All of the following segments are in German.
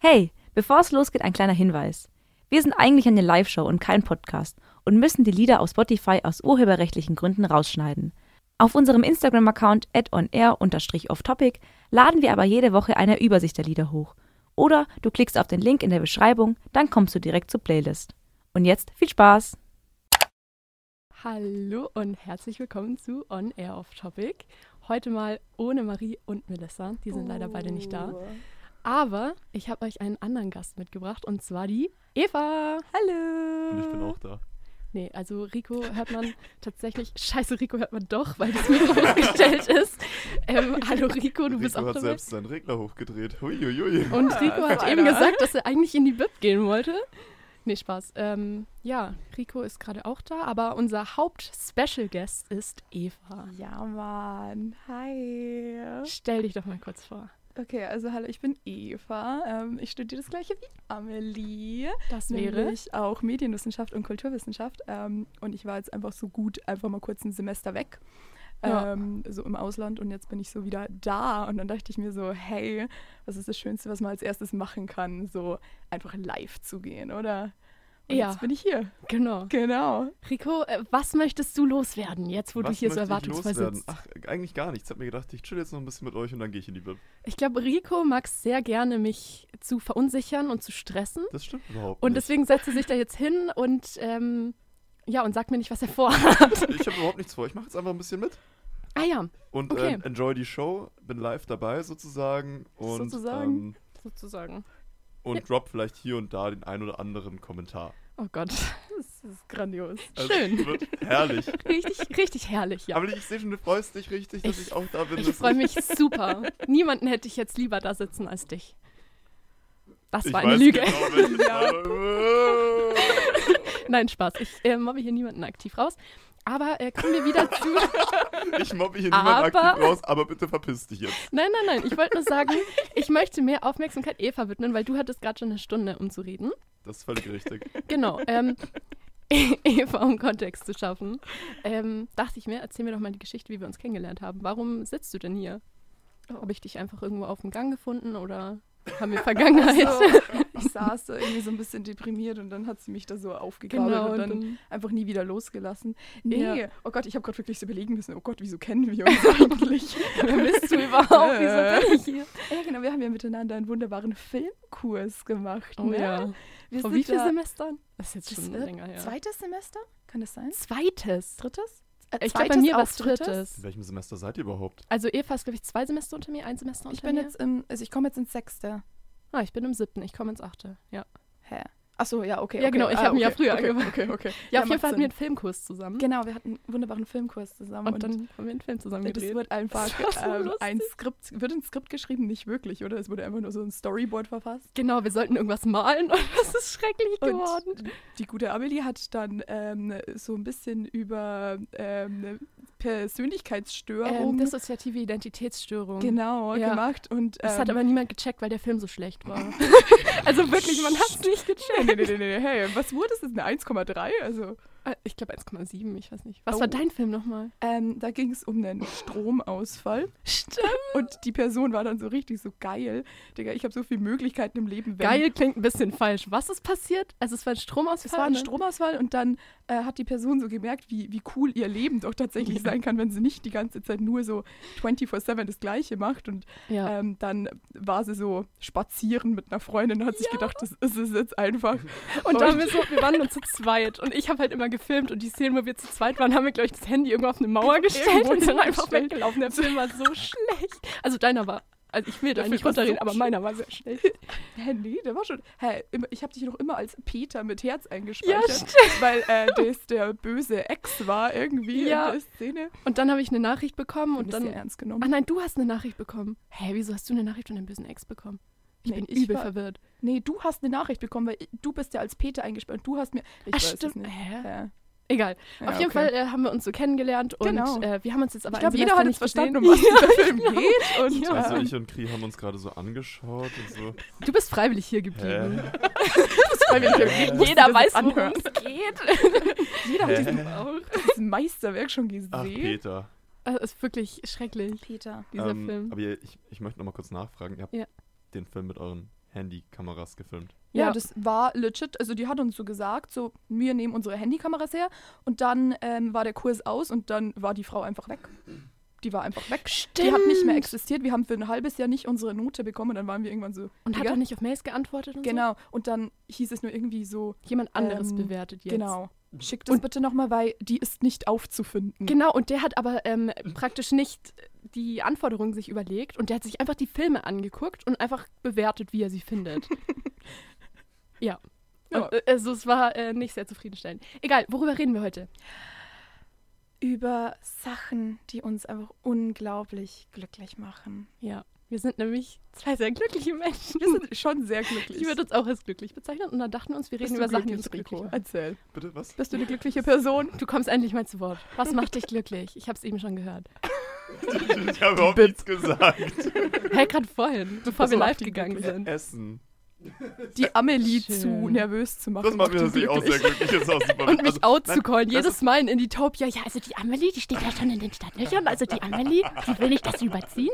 Hey, bevor es losgeht, ein kleiner Hinweis. Wir sind eigentlich eine Live-Show und kein Podcast und müssen die Lieder auf Spotify aus urheberrechtlichen Gründen rausschneiden. Auf unserem Instagram-Account @onair_offtopic laden wir aber jede Woche eine Übersicht der Lieder hoch. Oder du klickst auf den Link in der Beschreibung, dann kommst du direkt zur Playlist. Und jetzt viel Spaß! Hallo und herzlich willkommen zu On Air Off Topic. Heute mal ohne Marie und Melissa, die sind leider beide nicht da. Aber ich habe euch einen anderen Gast mitgebracht und zwar die Eva. Hallo! Und ich bin auch da. Nee, also Rico hört man tatsächlich, Rico hört man doch, weil das Mikro hochgestellt ist. Hallo Rico, du bist auch dabei. Rico hat selbst seinen Regler hochgedreht. Huiuiui. Und Rico hat eben gesagt, dass er eigentlich in die Bib gehen wollte. Nee, Spaß. Ja, Rico ist gerade auch da, aber unser Haupt-Special-Guest ist Eva. Ja, Mann. Hi. Stell dich doch mal kurz vor. Okay, also hallo, ich bin Eva. Ich studiere das gleiche wie Amelie. Das wäre? Nämlich auch Medienwissenschaft und Kulturwissenschaft. Und ich war jetzt einfach so gut, einfach mal kurz ein Semester weg. Ja. So im Ausland, und jetzt bin ich so wieder da. Und dann dachte ich mir so, hey, was ist das Schönste, was man als erstes machen kann? So einfach live zu gehen, oder? Und Ja. jetzt bin ich hier. Genau. Rico, was möchtest du loswerden, jetzt wo du hier so erwartungsvoll sitzt? Ach, eigentlich gar nichts. Ich habe mir gedacht, ich chill jetzt noch ein bisschen mit euch und dann gehe ich in die Bib. Ich glaube, Rico mag es sehr gerne, mich zu verunsichern und zu stressen. Das stimmt überhaupt Und nicht. deswegen setzt er sich da jetzt hin und sagt mir nicht, was er vorhat. Ich habe überhaupt nichts vor. Ich mache jetzt einfach ein bisschen mit. Ah ja, Und Okay. enjoy die Show. Bin live dabei sozusagen. Und, Sozusagen? sozusagen. Und drop vielleicht hier und da den ein oder anderen Kommentar. Oh Gott, Das ist grandios. Also, Schön. Wird herrlich. richtig herrlich, ja. Aber ich sehe schon, du freust dich richtig, dass ich auch da bin. Ich freue mich super. Niemanden hätte ich jetzt lieber da sitzen als dich. Das Ich war eine weiß Lüge. Genau, welche Nein, Spaß. Ich mobbe hier niemanden aktiv raus. Aber kommen wir wieder zu... Ich mobbe hier niemanden aktiv raus, aber bitte verpiss dich jetzt. Nein. Ich wollte nur sagen, ich möchte mehr Aufmerksamkeit Eva widmen, weil du hattest gerade schon eine Stunde, um zu reden. Das ist völlig richtig. Genau. Eva, um Kontext zu schaffen, dachte ich mir, erzähl mir doch mal die Geschichte, wie wir uns kennengelernt haben. Warum sitzt du denn hier? Habe ich dich einfach irgendwo auf dem Gang gefunden oder haben wir Vergangenheit? Ich saß da irgendwie so ein bisschen deprimiert und dann hat sie mich da so aufgegraben Genau, und dann und einfach nie wieder losgelassen. Nee, Ja. oh Gott, ich habe gerade wirklich so überlegen müssen, oh Gott, wieso kennen wir uns eigentlich? Wer bist du überhaupt? Wieso bin ich hier? Ja, genau, wir haben ja miteinander einen wunderbaren Filmkurs gemacht. Oh ne? ja. Wir Vor sind wie vielen da- Semestern? Das ist jetzt Das schon wird länger her. Zweites Semester? Kann das sein? Zweites? Drittes? Ich glaube, bei Zweites mir war auf es drittes. In welchem Semester seid ihr überhaupt? Also Eva ist, glaube ich, 2 Semester unter mir, 1 Semester unter Ich bin mir. jetzt ich komme jetzt ins 6. Ah, ich bin im 7., ich komme ins 8. Ja. Hä? Achso, ja, okay. Ja, genau, ich habe ihn ja früher angefangen. Okay. Ja, auf jeden macht Fall hatten wir einen Sinn. Filmkurs zusammen. Genau, wir hatten einen wunderbaren Filmkurs zusammen. Und dann haben wir einen Film zusammen das gedreht. wird einfach Das war so lustig. wird ein Skript geschrieben, nicht wirklich, oder? Es wurde einfach nur so ein Storyboard verfasst. Genau, wir sollten irgendwas malen und das ist schrecklich geworden. Und die gute Amelie hat dann so ein bisschen über Persönlichkeitsstörung Dissoziative Identitätsstörung. genau Ja. gemacht. Und Das hat aber niemand gecheckt, weil der Film so schlecht war. Also wirklich, man hat es nicht gecheckt. nee. Hey, was wurde es? Eine 1,3? Also, Ich glaube 1,7, ich weiß nicht. Was Oh. war dein Film nochmal? da ging es um einen Stromausfall. Stimmt. Und die Person war dann so richtig so geil. Digga, ich habe so viele Möglichkeiten im Leben. wenn- Geil klingt ein bisschen falsch. Was ist passiert? Also es war ein Stromausfall. Es war ein ne? Stromausfall und dann hat die Person so gemerkt, wie cool ihr Leben doch tatsächlich sein kann, wenn sie nicht die ganze Zeit nur so 24/7 das Gleiche macht. Und Ja. dann war sie so spazieren mit einer Freundin und hat sich gedacht, das ist es jetzt einfach. Und da haben wir waren nur zu zweit. Und ich habe halt immer gefilmt. Und die Szenen, wo wir zu zweit waren, haben wir, glaube ich, das Handy irgendwo auf eine Mauer gestellt Irgendwo und sind einfach hingestellt. weggelaufen. Der Film war so schlecht. Also deiner war, also ich will da Der nicht Film war runterreden, so aber meiner war sehr schlecht. Hä, nee, der war schon. Hä, ich habe dich noch immer als Peter mit Herz eingespeichert, Ja, weil das der böse Ex war irgendwie Ja. in der Szene. Und dann habe ich eine Nachricht bekommen und Und dann... sehr ernst genommen. Ach nein, du hast eine Nachricht bekommen. Hä, wieso hast du eine Nachricht von deinem bösen Ex bekommen? Ich Nee, bin ich übel war- verwirrt. Nee, du hast eine Nachricht bekommen, weil du bist ja als Peter eingesperrt und du hast mir. Ich Ach, weiß es stimmt. nicht. Hä? Ja. Egal. Ja, Auf jeden okay. Fall haben wir uns so kennengelernt und Genau. wir haben uns jetzt aber Ich glaube, ein jeder Semester hat nicht jetzt verstanden, um gesehen. was dieser Film geht. Und, Ja. Also ich und Kri haben uns gerade so angeschaut und so. Du bist freiwillig hier geblieben. weil wir nicht Jeder das weiß, anhören. worum es geht. Jeder hat Hä? dieses Meisterwerk schon gesehen. Ach, Peter. Das ist wirklich schrecklich, Peter. dieser Film. Aber ich möchte noch mal kurz nachfragen. Ihr habt Ja. den Film mit euren Handykameras gefilmt. Ja, das war legit. Also die hat uns so gesagt, so, wir nehmen unsere Handykameras her und dann war der Kurs aus und dann war die Frau einfach weg. Die war einfach weg. Stimmt. Die hat nicht mehr existiert. Wir haben für ein halbes Jahr nicht unsere Note bekommen und dann waren wir irgendwann so. Und hat Digga. auch nicht auf Mails geantwortet und Genau. Und dann hieß es nur irgendwie so. Jemand anderes bewertet jetzt. Genau. Schick das bitte nochmal, weil die ist nicht aufzufinden. Genau, und der hat aber praktisch nicht die Anforderungen sich überlegt und der hat sich einfach die Filme angeguckt und einfach bewertet, wie er sie findet. Ja. Und, also es war nicht sehr zufriedenstellend. Egal, worüber reden wir heute? Über Sachen, die uns einfach unglaublich glücklich machen. Ja, wir sind nämlich 2 sehr glückliche Menschen. Wir sind schon sehr glücklich. Die wird uns auch als glücklich bezeichnet und dann dachten wir uns, wir reden über Sachen, die uns glücklich machen. Erzähl. Bitte, was? Bist du eine glückliche Person? Du kommst endlich mal zu Wort. Was macht dich glücklich? Ich hab's eben schon gehört. Ich habe überhaupt nichts gesagt. Hey, gerade vorhin, bevor wir macht live die gegangen sind. Essen. Die Amelie Schön. zu nervös zu machen. Das macht mich natürlich auch sehr glücklich. Das ist auch super. Und mich out zu callen, das jedes Mal in Inditopia. Ja, also die Amelie, die steht ja schon in den Startlöchern. Also die Amelie, die will nicht, dass sie überziehen.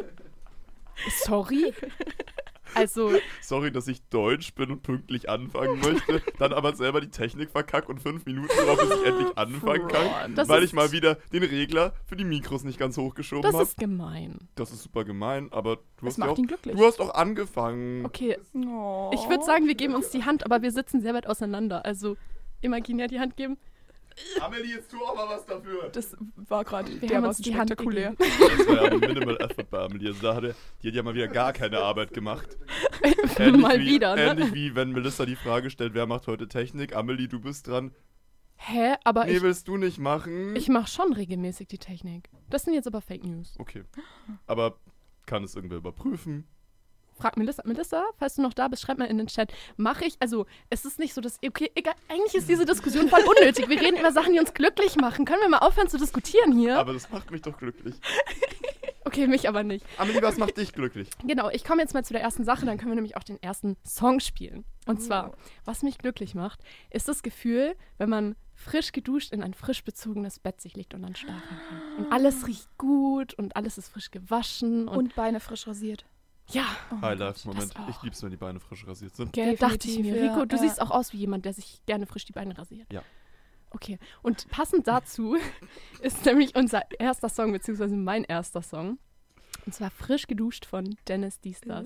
Sorry. Also, Sorry, dass ich deutsch bin und pünktlich anfangen möchte, dann aber selber die Technik verkacke und 5 Minuten brauche, bis ich endlich anfangen kann, Das weil ist- ich mal wieder den Regler für die Mikros nicht ganz hochgeschoben das habe. ist gemein. Das ist super gemein, aber Das macht ihn glücklich. du hast auch angefangen. Okay, Oh. ich würde sagen, wir geben uns die Hand, aber wir sitzen sehr weit auseinander. Also, imaginär die Hand geben. Amelie, jetzt tu auch mal was dafür. Das war gerade Wir haben dermaßen uns die Hand spektakulär. Das war ja ein Minimal Effort bei Amelie. Also die hat ja mal wieder gar keine Arbeit gemacht. Ähnlich Mal wie, wieder, ne? Ähnlich wie wenn Melissa die Frage stellt, wer macht heute Technik? Amelie, du bist dran. Hä? Aber Nee, willst du nicht machen? ich mache schon regelmäßig die Technik. Das sind jetzt aber Fake News. Okay. Aber kann es irgendwer überprüfen? Frag Melissa. Melissa, falls du noch da bist, schreib mal in den Chat. Mache ich, also es ist nicht so, dass, okay, egal, eigentlich ist diese Diskussion voll unnötig. Wir reden über Sachen, die uns glücklich machen. Können wir mal aufhören zu diskutieren hier? Aber das macht mich doch glücklich. Okay, mich aber nicht. Amelie, was macht dich glücklich? Genau, ich komme jetzt mal zu der ersten Sache, dann können wir nämlich auch den ersten Song spielen. Und zwar, was mich glücklich macht, ist das Gefühl, wenn man frisch geduscht in ein frisch bezogenes Bett sich legt und dann schlafen kann. Und alles riecht gut und alles ist frisch gewaschen. Und Und Beine frisch rasiert. ja, Highlife-Moment. das auch. Ich lieb's, wenn die Beine frisch rasiert sind. gell, dachte ich mir. Definitiv, Rico, du ja. siehst auch aus wie jemand, der sich gerne frisch die Beine rasiert. Ja. Okay, und passend dazu ist nämlich unser erster Song, beziehungsweise mein erster Song. Und zwar Frisch geduscht von Dennis Diestas.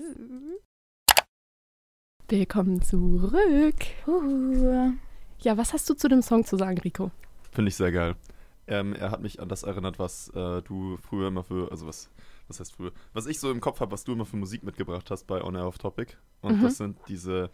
Willkommen zurück. Ja, was hast du zu dem Song zu sagen, Rico? Finde ich sehr geil. Er hat mich an das erinnert, was du früher immer für, also was heißt früher, was ich so im Kopf habe, was du immer für Musik mitgebracht hast bei On Air Off Topic. Und das sind diese,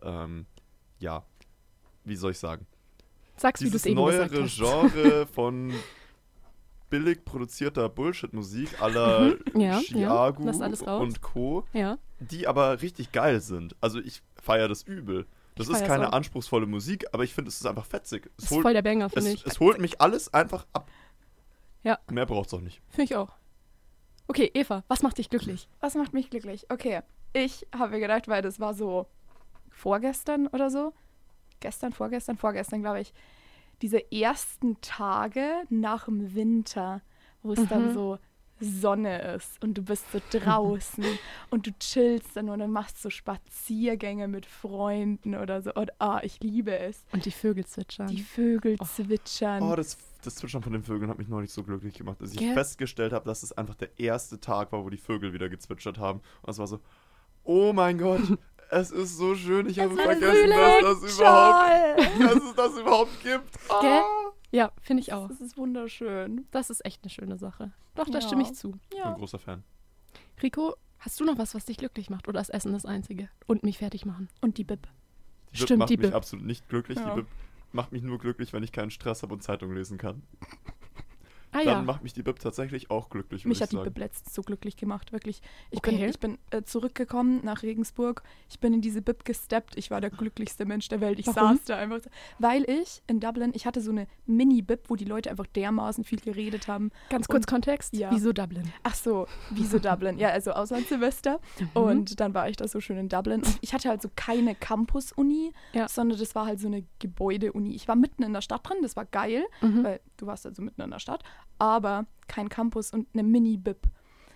ja, wie soll ich sagen? Sag's, wie du es Dieses eben gesagt neuere hast. Genre von billig produzierter Bullshit-Musik à la Ja, Chiago lass alles raus. und Co., Ja, die aber richtig geil sind. Also ich feiere das übel. Das Ich ist feier's keine auch. anspruchsvolle Musik, aber ich finde, es ist einfach fetzig. das ist voll der Banger, finde ich. Es holt mich alles einfach ab. Ja. Mehr braucht's auch nicht. Finde ich auch. Okay, Eva, was macht dich glücklich? Was macht mich glücklich? Okay, ich habe mir gedacht, weil das war so vorgestern oder so. Vorgestern, glaube ich. Diese ersten Tage nach dem Winter, wo es dann so Sonne ist und du bist so draußen und du chillst dann und dann machst so Spaziergänge mit Freunden oder so. Und ich liebe es. Und die Vögel zwitschern. Die Vögel zwitschern. Oh, das Zwitschern von den Vögeln hat mich neulich so glücklich gemacht, als ich Gell? festgestellt habe, dass es einfach der erste Tag war, wo die Vögel wieder gezwitschert haben. Und es war so, oh mein Gott, es ist so schön, ich habe vergessen, dass es das überhaupt gibt. Oh. Gell? Ja, finde ich auch. Das ist wunderschön. Das ist echt eine schöne Sache. Doch, da Ja. stimme ich zu. Ich bin Ja. ein großer Fan. Rico, hast du noch was dich glücklich macht? Oder ist Essen das Einzige? Und mich fertig machen? Und die Bib. Die Bib Stimmt, macht die mich Bib. absolut nicht glücklich. Ja. Die Bib macht mich nur glücklich, wenn ich keinen Stress habe und Zeitung lesen kann. Ah Dann ja. macht mich die Bib tatsächlich auch glücklich, Mich würde hat ich die sagen. Bib letztens so glücklich gemacht, wirklich. Ich Okay. bin zurückgekommen nach Regensburg. Ich bin in diese Bib gesteppt. Ich war der glücklichste Mensch der Welt. Ich Warum? saß da einfach, weil ich in Dublin, ich hatte so eine Mini-Bib, wo die Leute einfach dermaßen viel geredet haben. Ganz kurz Und- Kontext. ja. Wieso Dublin? Ach so, wieso Dublin? Ja, also Auslandssemester. Und dann war ich da so schön in Dublin. Und ich hatte halt so keine Campus-Uni, Ja. sondern das war halt so eine Gebäude-Uni. Ich war mitten in der Stadt drin, das war geil, weil du warst also mitten in der Stadt, aber kein Campus und eine Mini-Bib.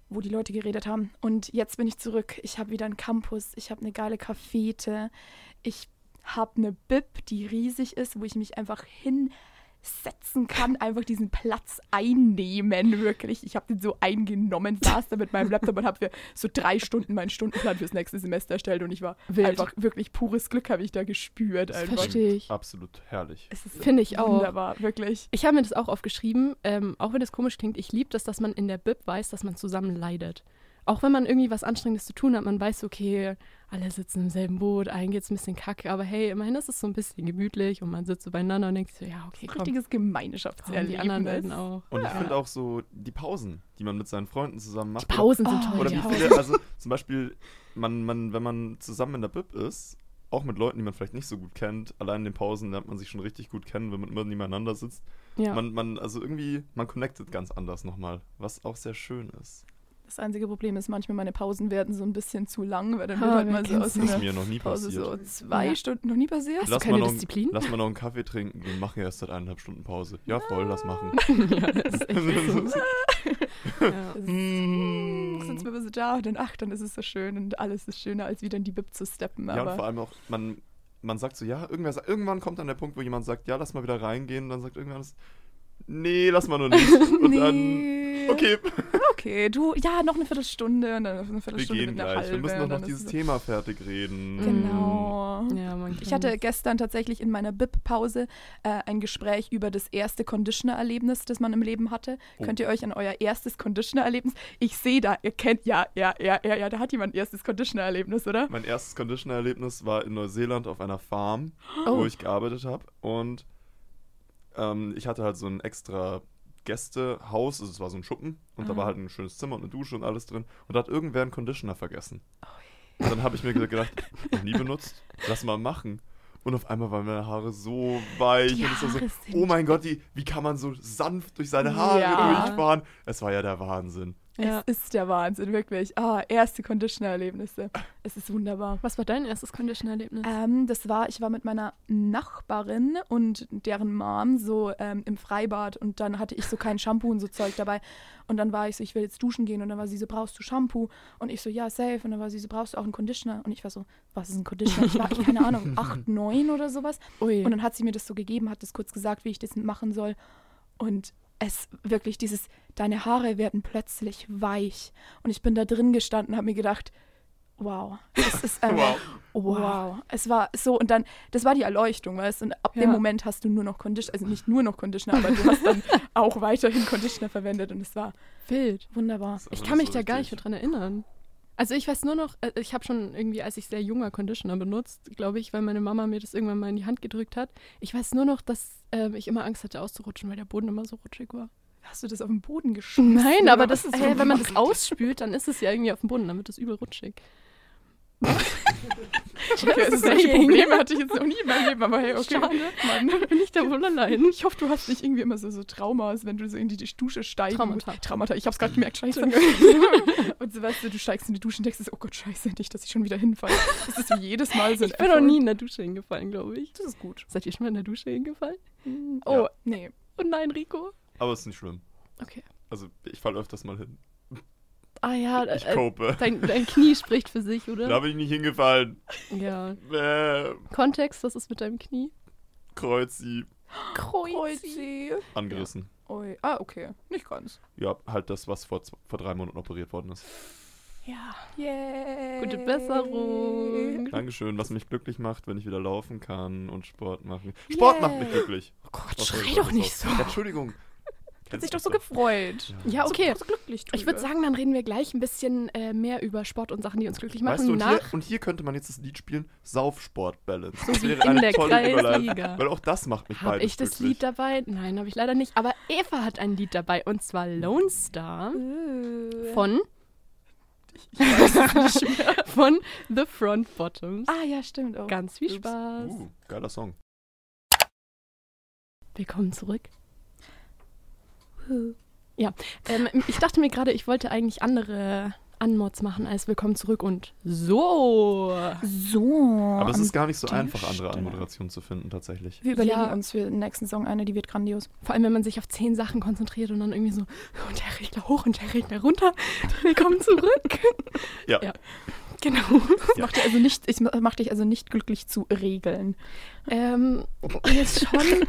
wo die Leute geredet haben. Und jetzt bin ich zurück. Ich habe wieder einen Campus, ich habe eine geile Cafete, ich habe eine Bib, die riesig ist, wo ich mich einfach hinsetzen kann, einfach diesen Platz einnehmen, wirklich. Ich habe den so eingenommen, saß da mit meinem Laptop und habe für so 3 Stunden meinen Stundenplan fürs nächste Semester erstellt und ich war einfach wirklich pures Glück, habe ich da gespürt. Das verstehe ich. Absolut herrlich. Finde ich auch. Wunderbar, wirklich. Ich habe mir das auch aufgeschrieben, auch wenn das komisch klingt, ich liebe das, dass man in der Bib weiß, dass man zusammen leidet. Auch wenn man irgendwie was Anstrengendes zu tun hat, man weiß, okay, alle sitzen im selben Boot, allen geht's ein bisschen kacke, aber hey, immerhin ist es so ein bisschen gemütlich und man sitzt so beieinander und denkt so, ja, okay, komm. Richtiges Die Gemeinschaftserlebnis. anderen beiden auch. Und ich finde auch so die Pausen, die man mit seinen Freunden zusammen macht. Die Pausen sind toll. Oder wie viele, also zum Beispiel, wenn man zusammen in der Bib ist, auch mit Leuten, die man vielleicht nicht so gut kennt, allein in den Pausen lernt man sich schon richtig gut kennen, wenn man immer nebeneinander sitzt. Ja. Man connectet ganz anders nochmal, was auch sehr schön ist. Das einzige Problem ist, manchmal meine Pausen werden so ein bisschen zu lang, weil dann wird halt mal so aus Das ist mir noch nie Pause passiert. so 2 Stunden noch nie passiert. Hast du keine Disziplin? Lass mal noch einen Kaffee trinken, wir machen erst seit 1,5 Stunden Pause. Ja, voll, lass machen. Ja, das ist echt so. Ja. Sitzen wir so da und dann ist es so schön und alles ist schöner, als wieder in die Bib zu steppen. Ja, und vor allem auch, man sagt so, ja, irgendwann kommt dann der Punkt, wo jemand sagt, ja, lass mal wieder reingehen, und dann sagt irgendwann, nee, lass mal noch nicht. Und dann, okay. Okay, noch eine Viertelstunde und dann eine Viertelstunde Wir gehen mit einer gleich, halben. wir müssen noch dieses Thema fertig reden. Genau. Ja, man Ich hatte gestern tatsächlich in meiner Bib-Pause ein Gespräch über das erste Conditioner-Erlebnis, das man im Leben hatte. Oh. Könnt ihr euch an euer erstes Conditioner-Erlebnis? Ich sehe da, ihr kennt, ja, da hat jemand ein erstes Conditioner-Erlebnis, oder? Mein erstes Conditioner-Erlebnis war in Neuseeland auf einer Farm, wo ich gearbeitet habe. Und ich hatte halt so ein extra Gästehaus, also es war so ein Schuppen. Und da war halt ein schönes Zimmer und eine Dusche und alles drin. Und da hat irgendwer einen Conditioner vergessen. Und dann habe ich mir gedacht, noch nie benutzt, lass mal machen. Und auf einmal waren meine Haare so weich. Die und es war so, Haare oh mein Gott, wie kann man so sanft durch seine Haare durchfahren? Es war ja der Wahnsinn. Ja. Es ist der Wahnsinn, wirklich. Erste Conditioner-Erlebnisse. Es ist wunderbar. Was war dein erstes Conditioner-Erlebnis? Ich war mit meiner Nachbarin und deren Mom so im Freibad und dann hatte ich so kein Shampoo und so Zeug dabei. Und dann war ich so, ich will jetzt duschen gehen und dann war sie so, brauchst du Shampoo? Und ich so, ja, safe. Und dann war sie so, brauchst du auch einen Conditioner? Und ich war so, was ist ein Conditioner? Ich war, keine Ahnung, 8, 9 oder sowas. Ui. Und dann hat sie mir das so gegeben, hat das kurz gesagt, wie ich das machen soll. Und es wirklich deine Haare werden plötzlich weich. Und ich bin da drin gestanden und habe mir gedacht, wow, das ist einfach, wow. Es war so, und dann, das war die Erleuchtung, weißt du, und ab dem Moment hast du nur noch Conditioner, also nicht nur noch Conditioner, aber du hast dann auch weiterhin Conditioner verwendet und es war wild. Wunderbar. Ich kann mich da gar nicht mehr dran erinnern. Also ich weiß nur noch, ich habe schon irgendwie, als ich sehr junger Conditioner benutzt, glaube ich, weil meine Mama mir das irgendwann mal in die Hand gedrückt hat. Ich weiß nur noch, dass ich immer Angst hatte auszurutschen, weil der Boden immer so rutschig war. Hast du das auf den Boden geschoben? Nein, aber das, wenn man das ausspült, dann ist es ja irgendwie auf dem Boden, dann wird es übel rutschig. Okay, also solche Probleme hatte ich jetzt noch nie in meinem Leben, aber hey, okay. Schade, Mann, bin ich da wohl allein. Ich hoffe, du hast nicht irgendwie immer so Traumas, wenn du so in die Dusche steigst. Traumata, ich hab's gerade gemerkt, scheiße. Und so, weißt du steigst in die Dusche und denkst, oh Gott, scheiße, nicht, dass ich schon wieder hinfalle. Das ist wie jedes Mal so ein Ich bin noch nie in der Dusche hingefallen, glaube ich. Das ist gut. Seid ihr schon mal in der Dusche hingefallen? Oh, nee. Oh nein, Rico. Aber es ist nicht schlimm. Okay. Also ich falle öfters mal hin. Ah ja, Ich cope. dein Knie spricht für sich, oder? Da bin ich nicht hingefallen. Ja. Kontext, was ist mit deinem Knie? Kreuzi. Kreuzi. Angerissen. Ui. Okay. Nicht ganz. Ja, halt das, was vor 3 Monaten operiert worden ist. Ja. Yay. Gute Besserung. Dankeschön, was mich glücklich macht, wenn ich wieder laufen kann und Sport machen. Sport macht mich glücklich. Oh Gott, Was schrei soll doch das nicht auch? so. Ja, Entschuldigung. Hat sich doch so gefreut. Ja, okay. So glücklich drüber. Ich würde sagen, dann reden wir gleich ein bisschen mehr über Sport und Sachen, die uns glücklich machen. Weißt du, und hier könnte man jetzt das Lied spielen, Saufsport-Balance. So Das wie wäre in eine der tolle Überleitung, Kreisliga. weil auch das macht mich Habe beides ich das glücklich. Lied dabei? Nein, habe ich leider nicht. Aber Eva hat ein Lied dabei und zwar Lone Star von Ich weiß es nicht mehr. von The Front Bottoms. Ja, stimmt. Oh. Ganz viel Spaß. Geiler Song. Willkommen zurück. Ja, ich dachte mir gerade, ich wollte eigentlich andere Anmods machen als Willkommen zurück und so. Aber es ist gar nicht so an der einfach, andere Stelle. Anmoderationen zu finden, tatsächlich. Wir überlegen Ja. uns für den nächsten Song eine, die wird grandios. Vor allem, wenn man sich auf 10 Sachen konzentriert und dann irgendwie so, und der Regler hoch und der Regler runter. Willkommen zurück. Ja. Genau. Ja. Ich mach dich also nicht glücklich zu regeln. Jetzt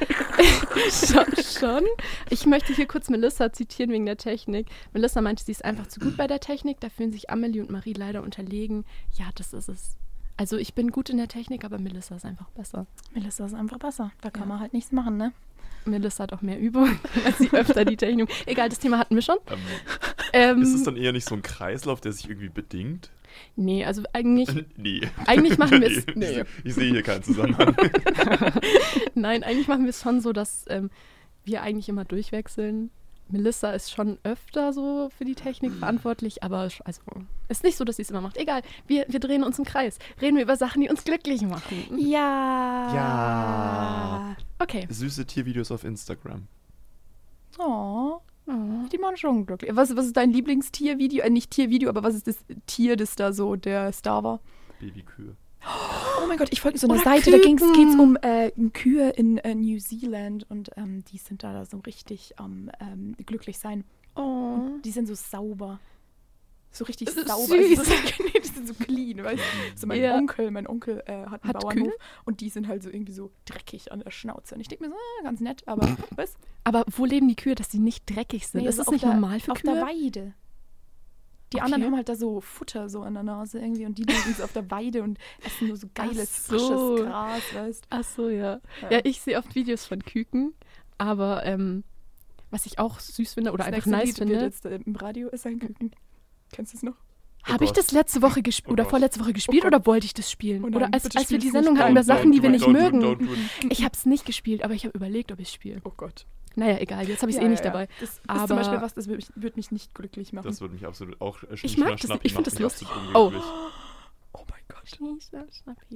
schon. Ich möchte hier kurz Melissa zitieren wegen der Technik. Melissa meinte, sie ist einfach zu gut bei der Technik. Da fühlen sich Amelie und Marie leider unterlegen. Ja, das ist es. Also ich bin gut in der Technik, aber Melissa ist einfach besser. Melissa ist einfach besser. Da kann Ja. man halt nichts machen, ne? Melissa hat auch mehr Übung, als sie öfter die Technik. Egal, das Thema hatten wir schon. Ist es dann eher nicht so ein Kreislauf, der sich irgendwie bedingt? Nee, also eigentlich Nee. Eigentlich machen wir es- Nee. Ich sehe hier keinen Zusammenhang. Nein, eigentlich machen wir es schon so, dass wir eigentlich immer durchwechseln. Melissa ist schon öfter so für die Technik verantwortlich, aber also ist nicht so, dass sie es immer macht. Egal, wir drehen uns im Kreis. Reden wir über Sachen, die uns glücklich machen. Ja. Ja. Okay. Süße Tiervideos auf Instagram. Oh, Oh. die machen schon glücklich. Was ist dein Lieblingstiervideo? Nicht Tiervideo, aber was ist das Tier, das da so der Star war? Babykühe. Oh mein Gott, ich folge so einer Oder Seite, da geht's Küken. um Kühe in New Zealand und die sind da so richtig am glücklich sein. Oh. Die sind so sauber. So richtig Das ist sauber. süß. Also, nee, die sind so clean, weißt du? So mein Ja. Onkel hat einen Hat Bauernhof Kühe? und die sind halt so irgendwie so dreckig an der Schnauze. Und ich denke mir so, ganz nett, aber was? Aber wo leben die Kühe, dass sie nicht dreckig sind? Nee, ist also das auf nicht der- normal für Auf Kühe? der Weide. Die Okay. anderen haben halt da so Futter so an der Nase irgendwie und die liegen so auf der Weide und essen nur so geiles, Ach so. frisches Gras, weißt Ach so, ja. Ja. Ja, ich sehe oft Videos von Küken, aber was ich auch süß finde oder Das einfach nächste nice Lied wird finde, jetzt im Radio ist ein Küken. Kennst du es noch? habe ich Gott. das letzte Woche gespielt Oh oder Gott. vorletzte Woche gespielt Gott. oder wollte ich das spielen? Oh nein, Oder als bitte wir spiel's die nicht. Sendung hatten Nein, über don't Sachen, die wir nicht mögen. Don't do it. Ich habe es nicht gespielt, aber ich habe überlegt, ob ich es spiele. Oh Gott. Naja, egal, jetzt habe ich es Ja, nicht ja, dabei. Das ist Aber- zum Beispiel was, das würde mich nicht glücklich machen. Das würde mich absolut auch. Ich mag das nicht. Ich finde das lustig. Oh. Oh mein Gott. Schnappi.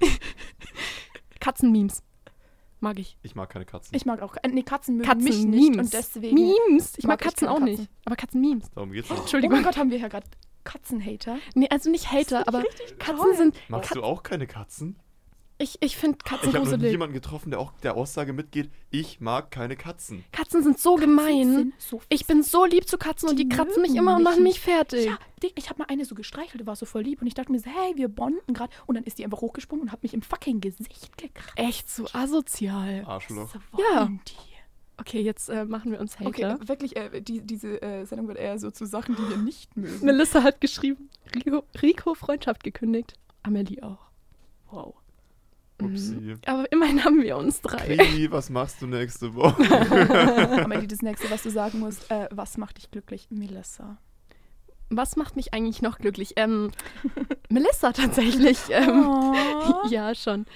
Katzenmemes. Mag ich. Ich mag keine Katzen. Ich mag auch. Nee, Katzen mögen Katzen mich nicht Memes. und deswegen. Memes. Ich mag mag ich Katzen keine auch nicht. Katzen. Aber Katzenmemes. Darum geht's nicht. Oh Entschuldigung. mein Gott, haben wir ja gerade Katzenhater. Nee, also nicht Hater, aber Katzen toll. sind. Magst du auch keine Katzen? Ich finde Katzen Ich habe noch nie gruselig. jemanden getroffen, der auch der Aussage mitgeht, ich mag keine Katzen. Katzen sind so gemein. Sind so Ich bin so lieb zu Katzen und die Die kratzen mich mögen immer und mich machen mich nicht. fertig. Ja, ich habe mal eine so gestreichelt, die war so voll lieb und ich dachte mir so, hey, wir bonden gerade. Und dann ist die einfach hochgesprungen und hat mich im fucking Gesicht gekratzt. Echt so asozial. Arschloch. So Ja. wollen die. Okay, jetzt machen wir uns Hater. Okay, aber wirklich, diese Sendung wird eher so zu Sachen, die wir nicht mögen. Melissa hat geschrieben, Rico Freundschaft gekündigt. Amelie auch. Wow. Upsi. Aber immerhin haben wir uns 3. Krimi, was machst du nächste Woche? Amelie, das nächste, was du sagen musst, was macht dich glücklich? Melissa. Was macht mich eigentlich noch glücklich? Melissa tatsächlich. Oh. Ja, schon.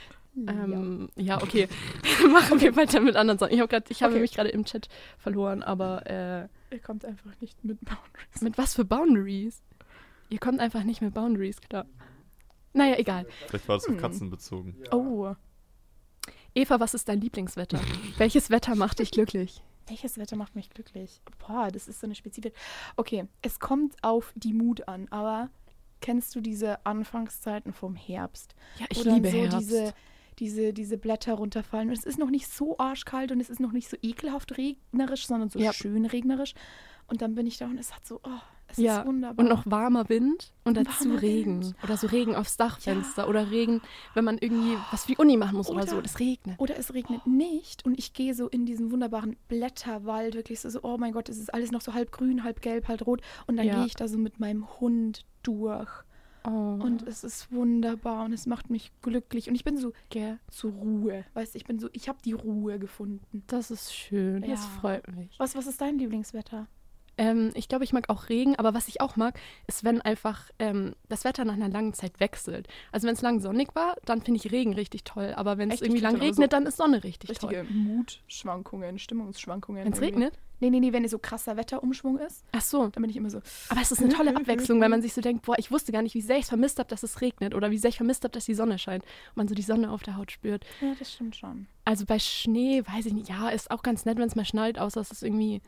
Ja, okay. Machen wir weiter mit anderen Sachen. Ich habe Okay. mich gerade im Chat verloren, aber Ihr kommt einfach nicht mit Boundaries. mit was für Boundaries? Ihr kommt einfach nicht mit Boundaries, klar. Naja, egal. Vielleicht war das auf Katzen bezogen. Oh. Eva, was ist dein Lieblingswetter? Welches Wetter macht dich glücklich? Welches Wetter macht mich glücklich? Boah, das ist so eine Spezifik. Okay, es kommt auf die Mut an, aber kennst du diese Anfangszeiten vom Herbst? Ja, ich Wo dann liebe so Herbst. diese Blätter runterfallen. Und es ist noch nicht so arschkalt und es ist noch nicht so ekelhaft regnerisch, sondern so Ja. schön regnerisch. Und dann bin ich da und es hat so, es Ja, ist wunderbar. und noch warmer Wind und dazu Warmer Regen. Wind. Oder so Regen aufs Dachfenster. Oder Regen, wenn man irgendwie was für die Uni machen muss oder Oder- so. Das regnet. Oder es regnet nicht und ich gehe so in diesen wunderbaren Blätterwald, wirklich so, oh mein Gott, es ist alles noch so halb grün, halb gelb, halb rot. Und dann Ja. gehe ich da so mit meinem Hund durch. Oh. Und es ist wunderbar und es macht mich glücklich. Und ich bin so Gell, zur Ruhe. Weißt du, ich habe die Ruhe gefunden. das ist schön. Das Ja. freut mich. Was ist dein Lieblingswetter? Ich glaube, ich mag auch Regen, aber was ich auch mag, ist, wenn einfach das Wetter nach einer langen Zeit wechselt. Also wenn es lang sonnig war, dann finde ich Regen richtig toll. Aber wenn es Echt? irgendwie Ich lang krieg aber regnet, so dann ist Sonne richtig Richtige toll. Mutschwankungen, Stimmungsschwankungen. Wenn es irgendwie. regnet? Nee, wenn es so krasser Wetterumschwung ist, Ach so. dann bin ich immer so, Aber es ist eine tolle Abwechslung, weil man sich so denkt, boah, ich wusste gar nicht, wie sehr ich es vermisst habe, dass es regnet oder wie sehr ich vermisst habe, dass die Sonne scheint und man so die Sonne auf der Haut spürt. ja, das stimmt schon. Also bei Schnee, weiß ich nicht, ja, ist auch ganz nett, wenn es mal schneit, außer es ist irgendwie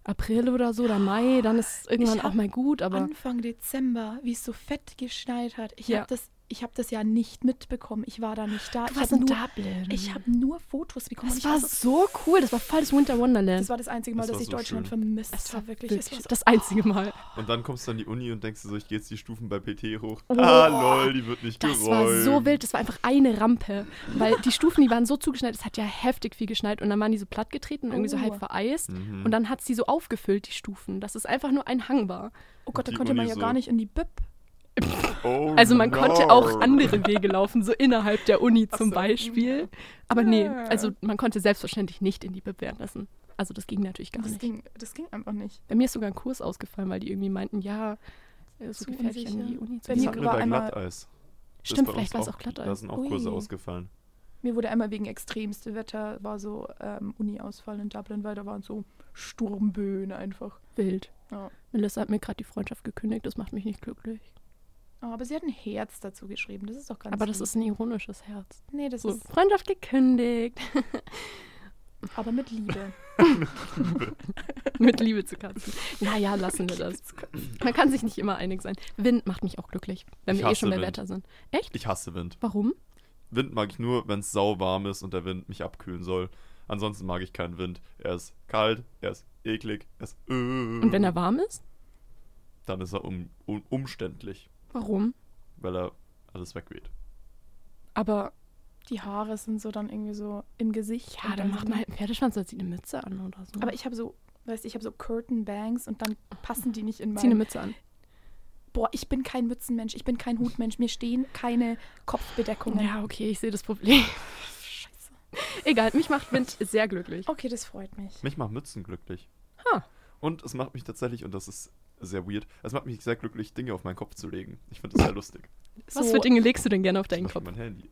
April oder so oder Mai, dann ist irgendwann Ich auch hab mal gut, aber Anfang Dezember, wie es so fett geschneit hat. Ich Ja. habe das ja nicht mitbekommen. Ich war da nicht da. du Ich warst habe in nur, Dublin. ich habe nur Fotos bekommen. Das und war ich so cool, das war voll das Winter Wonderland. das war das einzige Mal, Das dass war ich so Deutschland schön. vermisst Es habe. war Wirklich. wirklich Es war so, das einzige Mal. Und dann kommst du an die Uni und denkst dir so, ich gehe jetzt die Stufen bei PT hoch. Oh. Lol, die wird nicht Das geräumt. war so wild, das war einfach eine Rampe, weil die Stufen, die waren so zugeschneit, es hat ja heftig viel geschneit und dann waren die so plattgetreten und irgendwie so Oh. halb vereist Mhm. und dann hat sie so aufgefüllt, die Stufen, dass es einfach nur ein Hang war. oh Gott, da die konnte man Uni ja so- gar nicht in die Bib. Oh Also man no. konnte auch andere Wege laufen, so innerhalb der Uni zum so. Beispiel. Aber nee, Ja. also man konnte selbstverständlich nicht in die Bib währenddessen. Also das ging natürlich gar nicht. Das ging einfach nicht. Bei mir ist sogar ein Kurs ausgefallen, weil die irgendwie meinten, ja, es ist Zu so gefährlich an unsicher. die Uni zu Bei Das mir gehen. hatten wir war bei einmal- Glatteis. Das Stimmt, bei vielleicht uns war es auch Glatteis. Da sind auch Kurse Ui. ausgefallen. Mir wurde einmal wegen extremste Wetter war so Uni-Ausfall in Dublin, weil da waren so Sturmböen einfach. Wild. Ja. Melissa hat mir gerade die Freundschaft gekündigt, das macht mich nicht glücklich. Oh, aber sie hat ein Herz dazu geschrieben. Das ist doch ganz Aber das lieb. ist ein ironisches Herz. Nee, das So, ist Freundschaft gekündigt. aber mit Liebe. Mit Liebe zu Katzen. Naja, lassen wir das. Man kann sich nicht immer einig sein. Wind macht mich auch glücklich, wenn Ich wir hasse schon bei Wind. Wetter sind. Echt? Ich hasse Wind. Warum? Wind mag ich nur, wenn es sauwarm ist und der Wind mich abkühlen soll. Ansonsten mag ich keinen Wind. Er ist kalt, er ist eklig, er ist Und wenn er warm ist? dann ist er umständlich, Warum? weil er alles wegweht. Aber Die Haare sind so dann irgendwie so im Gesicht. ja, und dann macht sind man halt einen Pferdeschwanz oder zieht eine Mütze an oder so. Aber ich habe so, weißt du, ich habe so Curtain Bangs und dann passen die nicht in zieh eine mein... Mütze an. Boah, ich bin kein Mützenmensch, ich bin kein Hutmensch. Mir stehen keine Kopfbedeckungen. Ja, okay, ich sehe das Problem. Scheiße. Egal, mich macht Wind sehr glücklich. Okay, das freut mich. Mich macht Mützen glücklich. Ha. Und es macht mich tatsächlich, und das ist sehr weird, es macht mich sehr glücklich, Dinge auf meinen Kopf zu legen. Ich finde das sehr lustig. Was für Dinge legst du denn gerne auf deinen Zum Beispiel Kopf? mein Handy.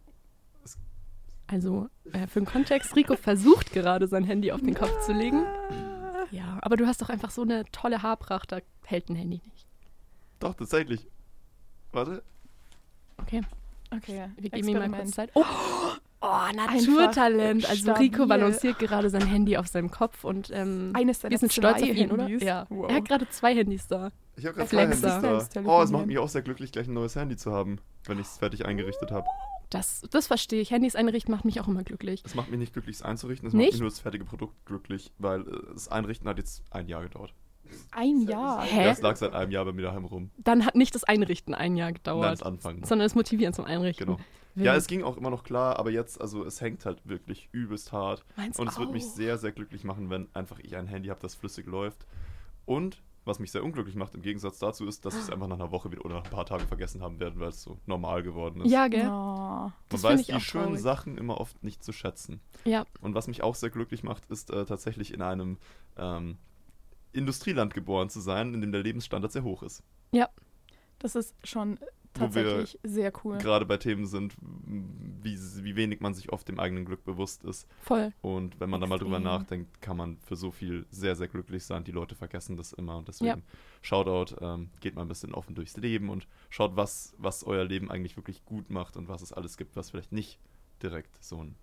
Also, für den Kontext, Rico versucht gerade sein Handy auf den Kopf zu legen. Ja, aber du hast doch einfach so eine tolle Haarpracht, da hält ein Handy nicht. Doch, tatsächlich. Warte. Okay, Okay, wir geben ihm mal kurz Experiment. Zeit. Oh, Naturtalent. Also Rico stabil. balanciert gerade sein Handy auf seinem Kopf und Eines seiner wir sind stolz auf zwei ihn, oder? Handys. Ja. Wow. Er hat gerade 2 Handys da. Ich habe gerade Flexer. zwei Handys Selbst da. Oh, es telefonieren. macht mich auch sehr glücklich, gleich ein neues Handy zu haben, wenn ich es fertig eingerichtet habe. Das verstehe ich. Handys einrichten macht mich auch immer glücklich. Es macht mich nicht glücklich, es einzurichten, es Nicht? macht mich nur das fertige Produkt glücklich, weil das Einrichten hat jetzt 1 Jahr gedauert. Ein Jahr. Hä? Das lag seit einem Jahr bei mir daheim rum. Dann hat nicht das Einrichten ein Jahr Nein, gedauert, das Anfangen. sondern das Motivieren zum Einrichten. Genau. Wild. Ja, es ging auch immer noch klar, aber jetzt, also es hängt halt wirklich übelst hart. Meins Und es wird mich auch. sehr, sehr glücklich machen, wenn einfach ich ein Handy habe, das flüssig läuft. Und was mich sehr unglücklich macht im Gegensatz dazu ist, dass ich es einfach nach einer Woche wieder oder nach ein paar Tagen vergessen haben werde, weil es so normal geworden ist. Ja, gell? Oh. das Man find weiß ich die auch schönen traurig. Sachen immer oft nicht zu schätzen. Ja, Und was mich auch sehr glücklich macht, ist tatsächlich in einem Industrieland geboren zu sein, in dem der Lebensstandard sehr hoch ist. Das ist schon Wo wir tatsächlich sehr cool. Gerade bei Themen sind, wie wenig man sich oft dem eigenen Glück bewusst ist. voll. Und wenn man da mal drüber Extrem. nachdenkt, kann man für so viel sehr, sehr glücklich sein. Die Leute vergessen das immer. Und deswegen Ja. Shoutout, geht mal ein bisschen offen durchs Leben und schaut, was euer Leben eigentlich wirklich gut macht und was es alles gibt, was vielleicht nicht direkt so ein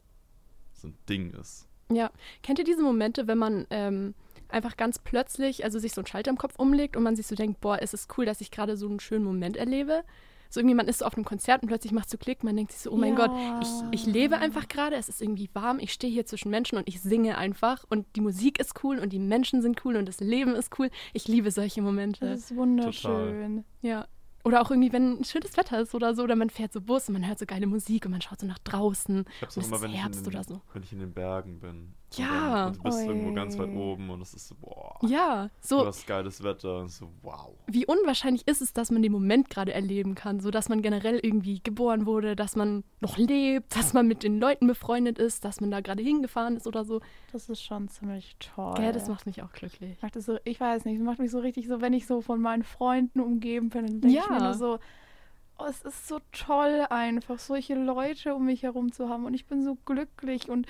Ding ist. Ja. Kennt ihr diese Momente, wenn man einfach ganz plötzlich, also sich so einen Schalter im Kopf umlegt und man sich so denkt, boah, es ist cool, dass ich gerade so einen schönen Moment erlebe? So irgendwie, man ist so auf einem Konzert und plötzlich macht es so Klick, man denkt sich so, oh mein Ja. Gott, ich lebe einfach gerade, es ist irgendwie warm, ich stehe hier zwischen Menschen und ich singe einfach und die Musik ist cool und die Menschen sind cool und das Leben ist cool. Ich liebe solche Momente. Das ist wunderschön. Ja. Oder auch irgendwie, wenn ein schönes Wetter ist oder so, oder man fährt so Bus und man hört so geile Musik und man schaut so nach draußen. Ich hab's Und auch es immer, ist wenn Herbst oder so. wenn ich in den Bergen bin. Ja. Und du bist irgendwo ganz weit Ui. oben und es ist so, boah, Ja, du so hast geiles Wetter und so, wow. wie unwahrscheinlich ist es, dass man den Moment gerade erleben kann, so dass man generell irgendwie geboren wurde, dass man noch lebt, dass man mit den Leuten befreundet ist, dass man da gerade hingefahren ist oder so. Das ist schon ziemlich toll. Gell, das macht mich auch glücklich. Macht das so, ich weiß nicht, das macht mich so richtig so, wenn ich so von meinen Freunden umgeben bin, dann denke ich mir Ja. nur so, oh, es ist so toll einfach, solche Leute um mich herum zu haben und ich bin so glücklich und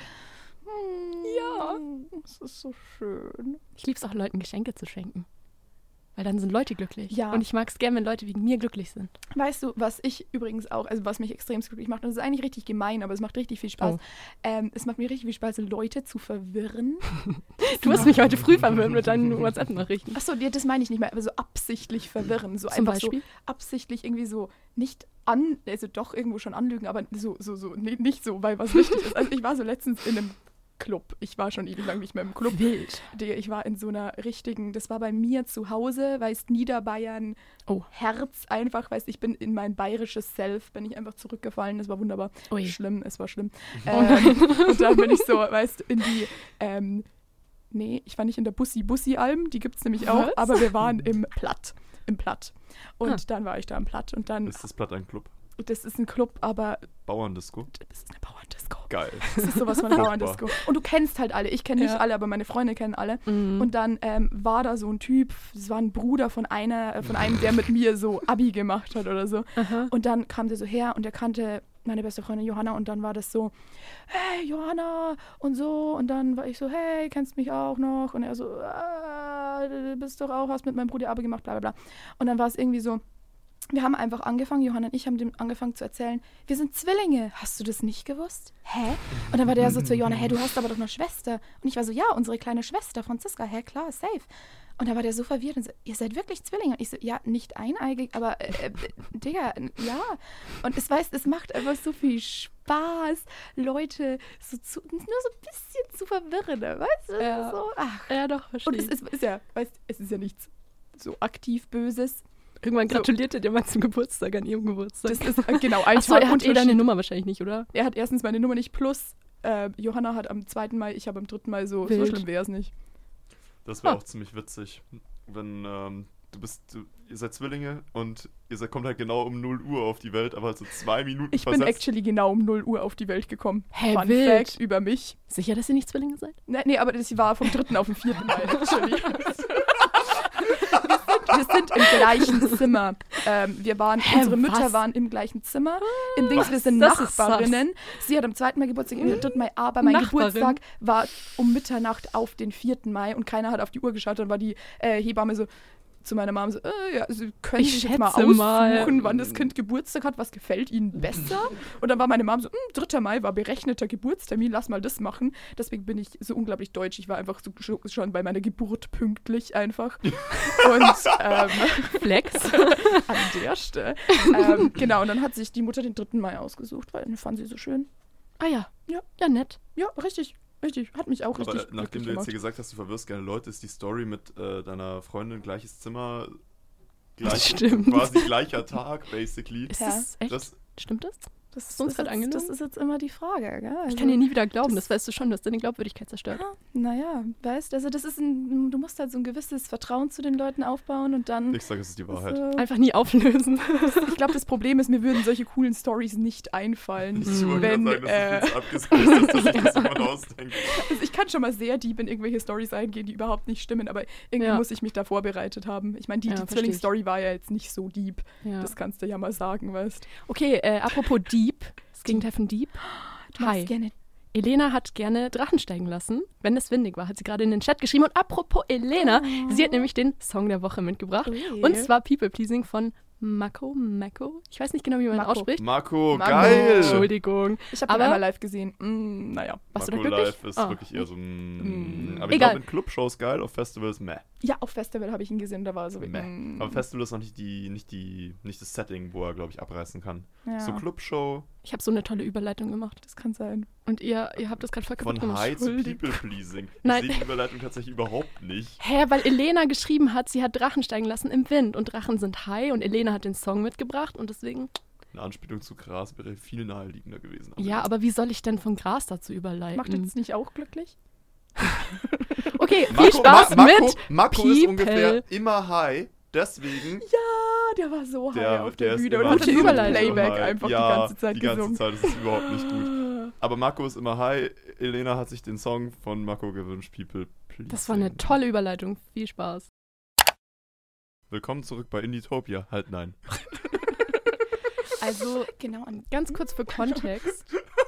Ja. es ist so schön. Ich liebe es auch, Leuten Geschenke zu schenken. Weil dann sind Leute glücklich. Ja. Und ich mag es gern, wenn Leute wegen mir glücklich sind. Weißt du, was ich übrigens auch, also was mich extrem glücklich macht, und das ist eigentlich richtig gemein, aber es macht richtig viel Spaß. Es macht mir richtig viel Spaß, Leute zu verwirren. Du hast mich heute früh verwirrt mit deinen WhatsApp-Nachrichten. Achso, das meine ich nicht mehr, aber so absichtlich verwirren. So Zum einfach Beispiel? so absichtlich irgendwie so nicht also doch irgendwo schon anlügen, aber nee, nicht so, weil was wichtig ist. Also ich war so letztens in einem Club. Ich war schon ewig lang nicht mehr im Club. Wild. Ich war in so einer richtigen, das war bei mir zu Hause, weißt, Niederbayern, Herz einfach, weißt, ich bin in mein bayerisches Self, bin ich einfach zurückgefallen, das war wunderbar. Ui. Es war schlimm. Und dann bin ich so, weißt, in die, nee, ich war nicht in der Bussi-Alm, die gibt's nämlich auch, Was? aber wir waren im Platt. Und dann war ich da im Platt und dann, Ist das Platt ein Club? das ist ein Club, aber Bauerndisco? das ist eine Bauerndisco. Geil. Das ist sowas von Bauerndisco. Und du kennst halt alle. Ich kenne nicht alle, aber meine Freunde kennen alle. Und dann war da so ein Typ, das war ein Bruder von einem, der mit mir so Abi gemacht hat oder so. Aha. Und dann kam der so her und der kannte meine beste Freundin Johanna und dann war das so, hey Johanna und so. Und dann war ich so, hey, kennst mich auch noch? Und er so, du bist doch auch, hast mit meinem Bruder Abi gemacht, bla bla bla. Und dann war es irgendwie so, wir haben einfach angefangen, Johanna und ich haben dem angefangen zu erzählen, wir sind Zwillinge. Hast du das nicht gewusst? Hä? Und dann war der so zu Johanna, hey, du hast aber doch eine Schwester. Und ich war so, ja, unsere kleine Schwester, Franziska. Hä, klar, safe. Und dann war der so verwirrt und so, ihr seid wirklich Zwillinge? Und ich so, ja, nicht eineigig, aber Digga, ja. Und es macht einfach so viel Spaß, Leute nur so ein bisschen zu verwirren, weißt du? Ja. So, ach. Ja, doch, verstehe. Und es ist ja nichts so aktiv Böses. Irgendwann gratulierte dir mal zum Geburtstag, an ihrem Geburtstag. Das ist genau ein Achso, Tag er hat Unterschied. deine Nummer wahrscheinlich nicht, oder? Er hat erstens meine Nummer nicht, plus Johanna hat am 2. Mai, ich habe am 3. Mai so Wild. schlimm wäre es nicht. Das wäre auch ziemlich witzig, wenn ihr seid Zwillinge und ihr kommt halt genau um 0 Uhr auf die Welt, aber halt so 2 Minuten Ich bin actually genau um 0 Uhr auf die Welt gekommen. Hä, Fun wild. Fact über mich. Sicher, dass ihr nicht Zwillinge seid? Nee, aber das war vom 3. auf den 4. Mai actually. Wir sind im gleichen Zimmer. Unsere Mütter was? waren im gleichen Zimmer. Im Dings, wir sind Das ist Nachbarinnen. Sie hat am 2. Mai Geburtstag, am 3. Mai, aber mein Nachbarin? Geburtstag war um Mitternacht auf den 4. Mai und keiner hat auf die Uhr geschaut. Dann war die Hebamme so zu meiner Mom so, ja, Sie können Ich sich jetzt mal schätze aussuchen, mal. wann das Kind Geburtstag hat, was gefällt Ihnen besser? Und dann war meine Mom so, 3. Mai war berechneter Geburtstermin, lass mal das machen. Deswegen bin ich so unglaublich deutsch. Ich war einfach so, schon bei meiner Geburt pünktlich einfach. Und Flex. an der Stelle. Genau, und dann hat sich die Mutter den 3. Mai ausgesucht, weil den fand sie so schön. Ah ja. Ja. Ja, nett. Ja, richtig. Hat mich auch Aber richtig nachdem glücklich du jetzt gemacht. hier gesagt hast, du verwirrst gerne Leute, ist die Story mit deiner Freundin gleiches Zimmer, Stimmt. quasi gleicher Tag, basically. Ist Ja. das echt? Das, Stimmt das? Das Hast du uns ist gerade jetzt- angenommen? Das ist jetzt immer die Frage, gell? Ich kann dir nie wieder glauben, das weißt du schon, du hast deine Glaubwürdigkeit zerstört. Naja, weißt du, also das ist du musst halt so ein gewisses Vertrauen zu den Leuten aufbauen und dann. ich sage, es ist die Wahrheit. So, Einfach nie auflösen. ich glaube, das Problem ist, mir würden solche coolen Stories nicht einfallen. Ich wollte wenn, gerade sagen, dass es jetzt abgespaced ist, dass ich das immer ausdenke. also ich kann schon mal sehr deep in irgendwelche Stories eingehen, die überhaupt nicht stimmen, aber irgendwie Ja. muss ich mich da vorbereitet haben. Ich meine, die verstehe ich. Zwillingsstory war ja jetzt nicht so deep. Ja. Das kannst du ja mal sagen, weißt Okay, apropos Deep, das Gegenteil von Deep. du. Hi. Machst gerne. Elena hat gerne Drachen steigen lassen, wenn es windig war, hat sie gerade in den Chat geschrieben. Und apropos Elena, sie hat nämlich den Song der Woche mitgebracht. Ui. Und zwar People Pleasing von Mako. Ich weiß nicht genau, wie man Mako. ausspricht. Marco, Marco. geil! Entschuldigung. Ich habe ihn Aber- einmal live gesehen. Naja. Warst du da Marco glücklich? Live ist Ah. wirklich eher so aber ich Egal. glaube, in Clubshows geil, auf Festivals meh. Ja, auf Festival habe ich ihn gesehen, da war er so Meh. Aber Festival ist noch nicht das Setting, wo er, glaube ich, abreißen kann. ja, So Clubshow Ich habe so eine tolle Überleitung gemacht. das kann sein. Und ihr habt das gerade voll kaputt von gemacht. High zu Entschuldigung. People-Pleasing. Ich Nein. sehe die Überleitung tatsächlich überhaupt nicht. Hä, weil Elena geschrieben hat, sie hat Drachen steigen lassen im Wind und Drachen sind high und Elena hat den Song mitgebracht und deswegen. Eine Anspielung zu Gras wäre viel naheliegender gewesen. Ja, aber wie soll ich denn von Gras dazu überleiten? Macht jetzt nicht auch glücklich? Okay, viel Spaß mit Marco ist People. ungefähr immer high, deswegen Ja, der war so high auf der ist Bühne immer und hat Gute nur Überleitung. Playback high. einfach Ja, die ganze Zeit die ganze gesungen. Zeit, das ist überhaupt nicht gut. Aber Marco ist immer high. Elena hat sich den Song von Marco gewünscht, People Please. Das war eine tolle Überleitung. Viel Spaß. Willkommen zurück bei Indietopia. Halt nein. Also, Genau an ganz kurz für Kontext.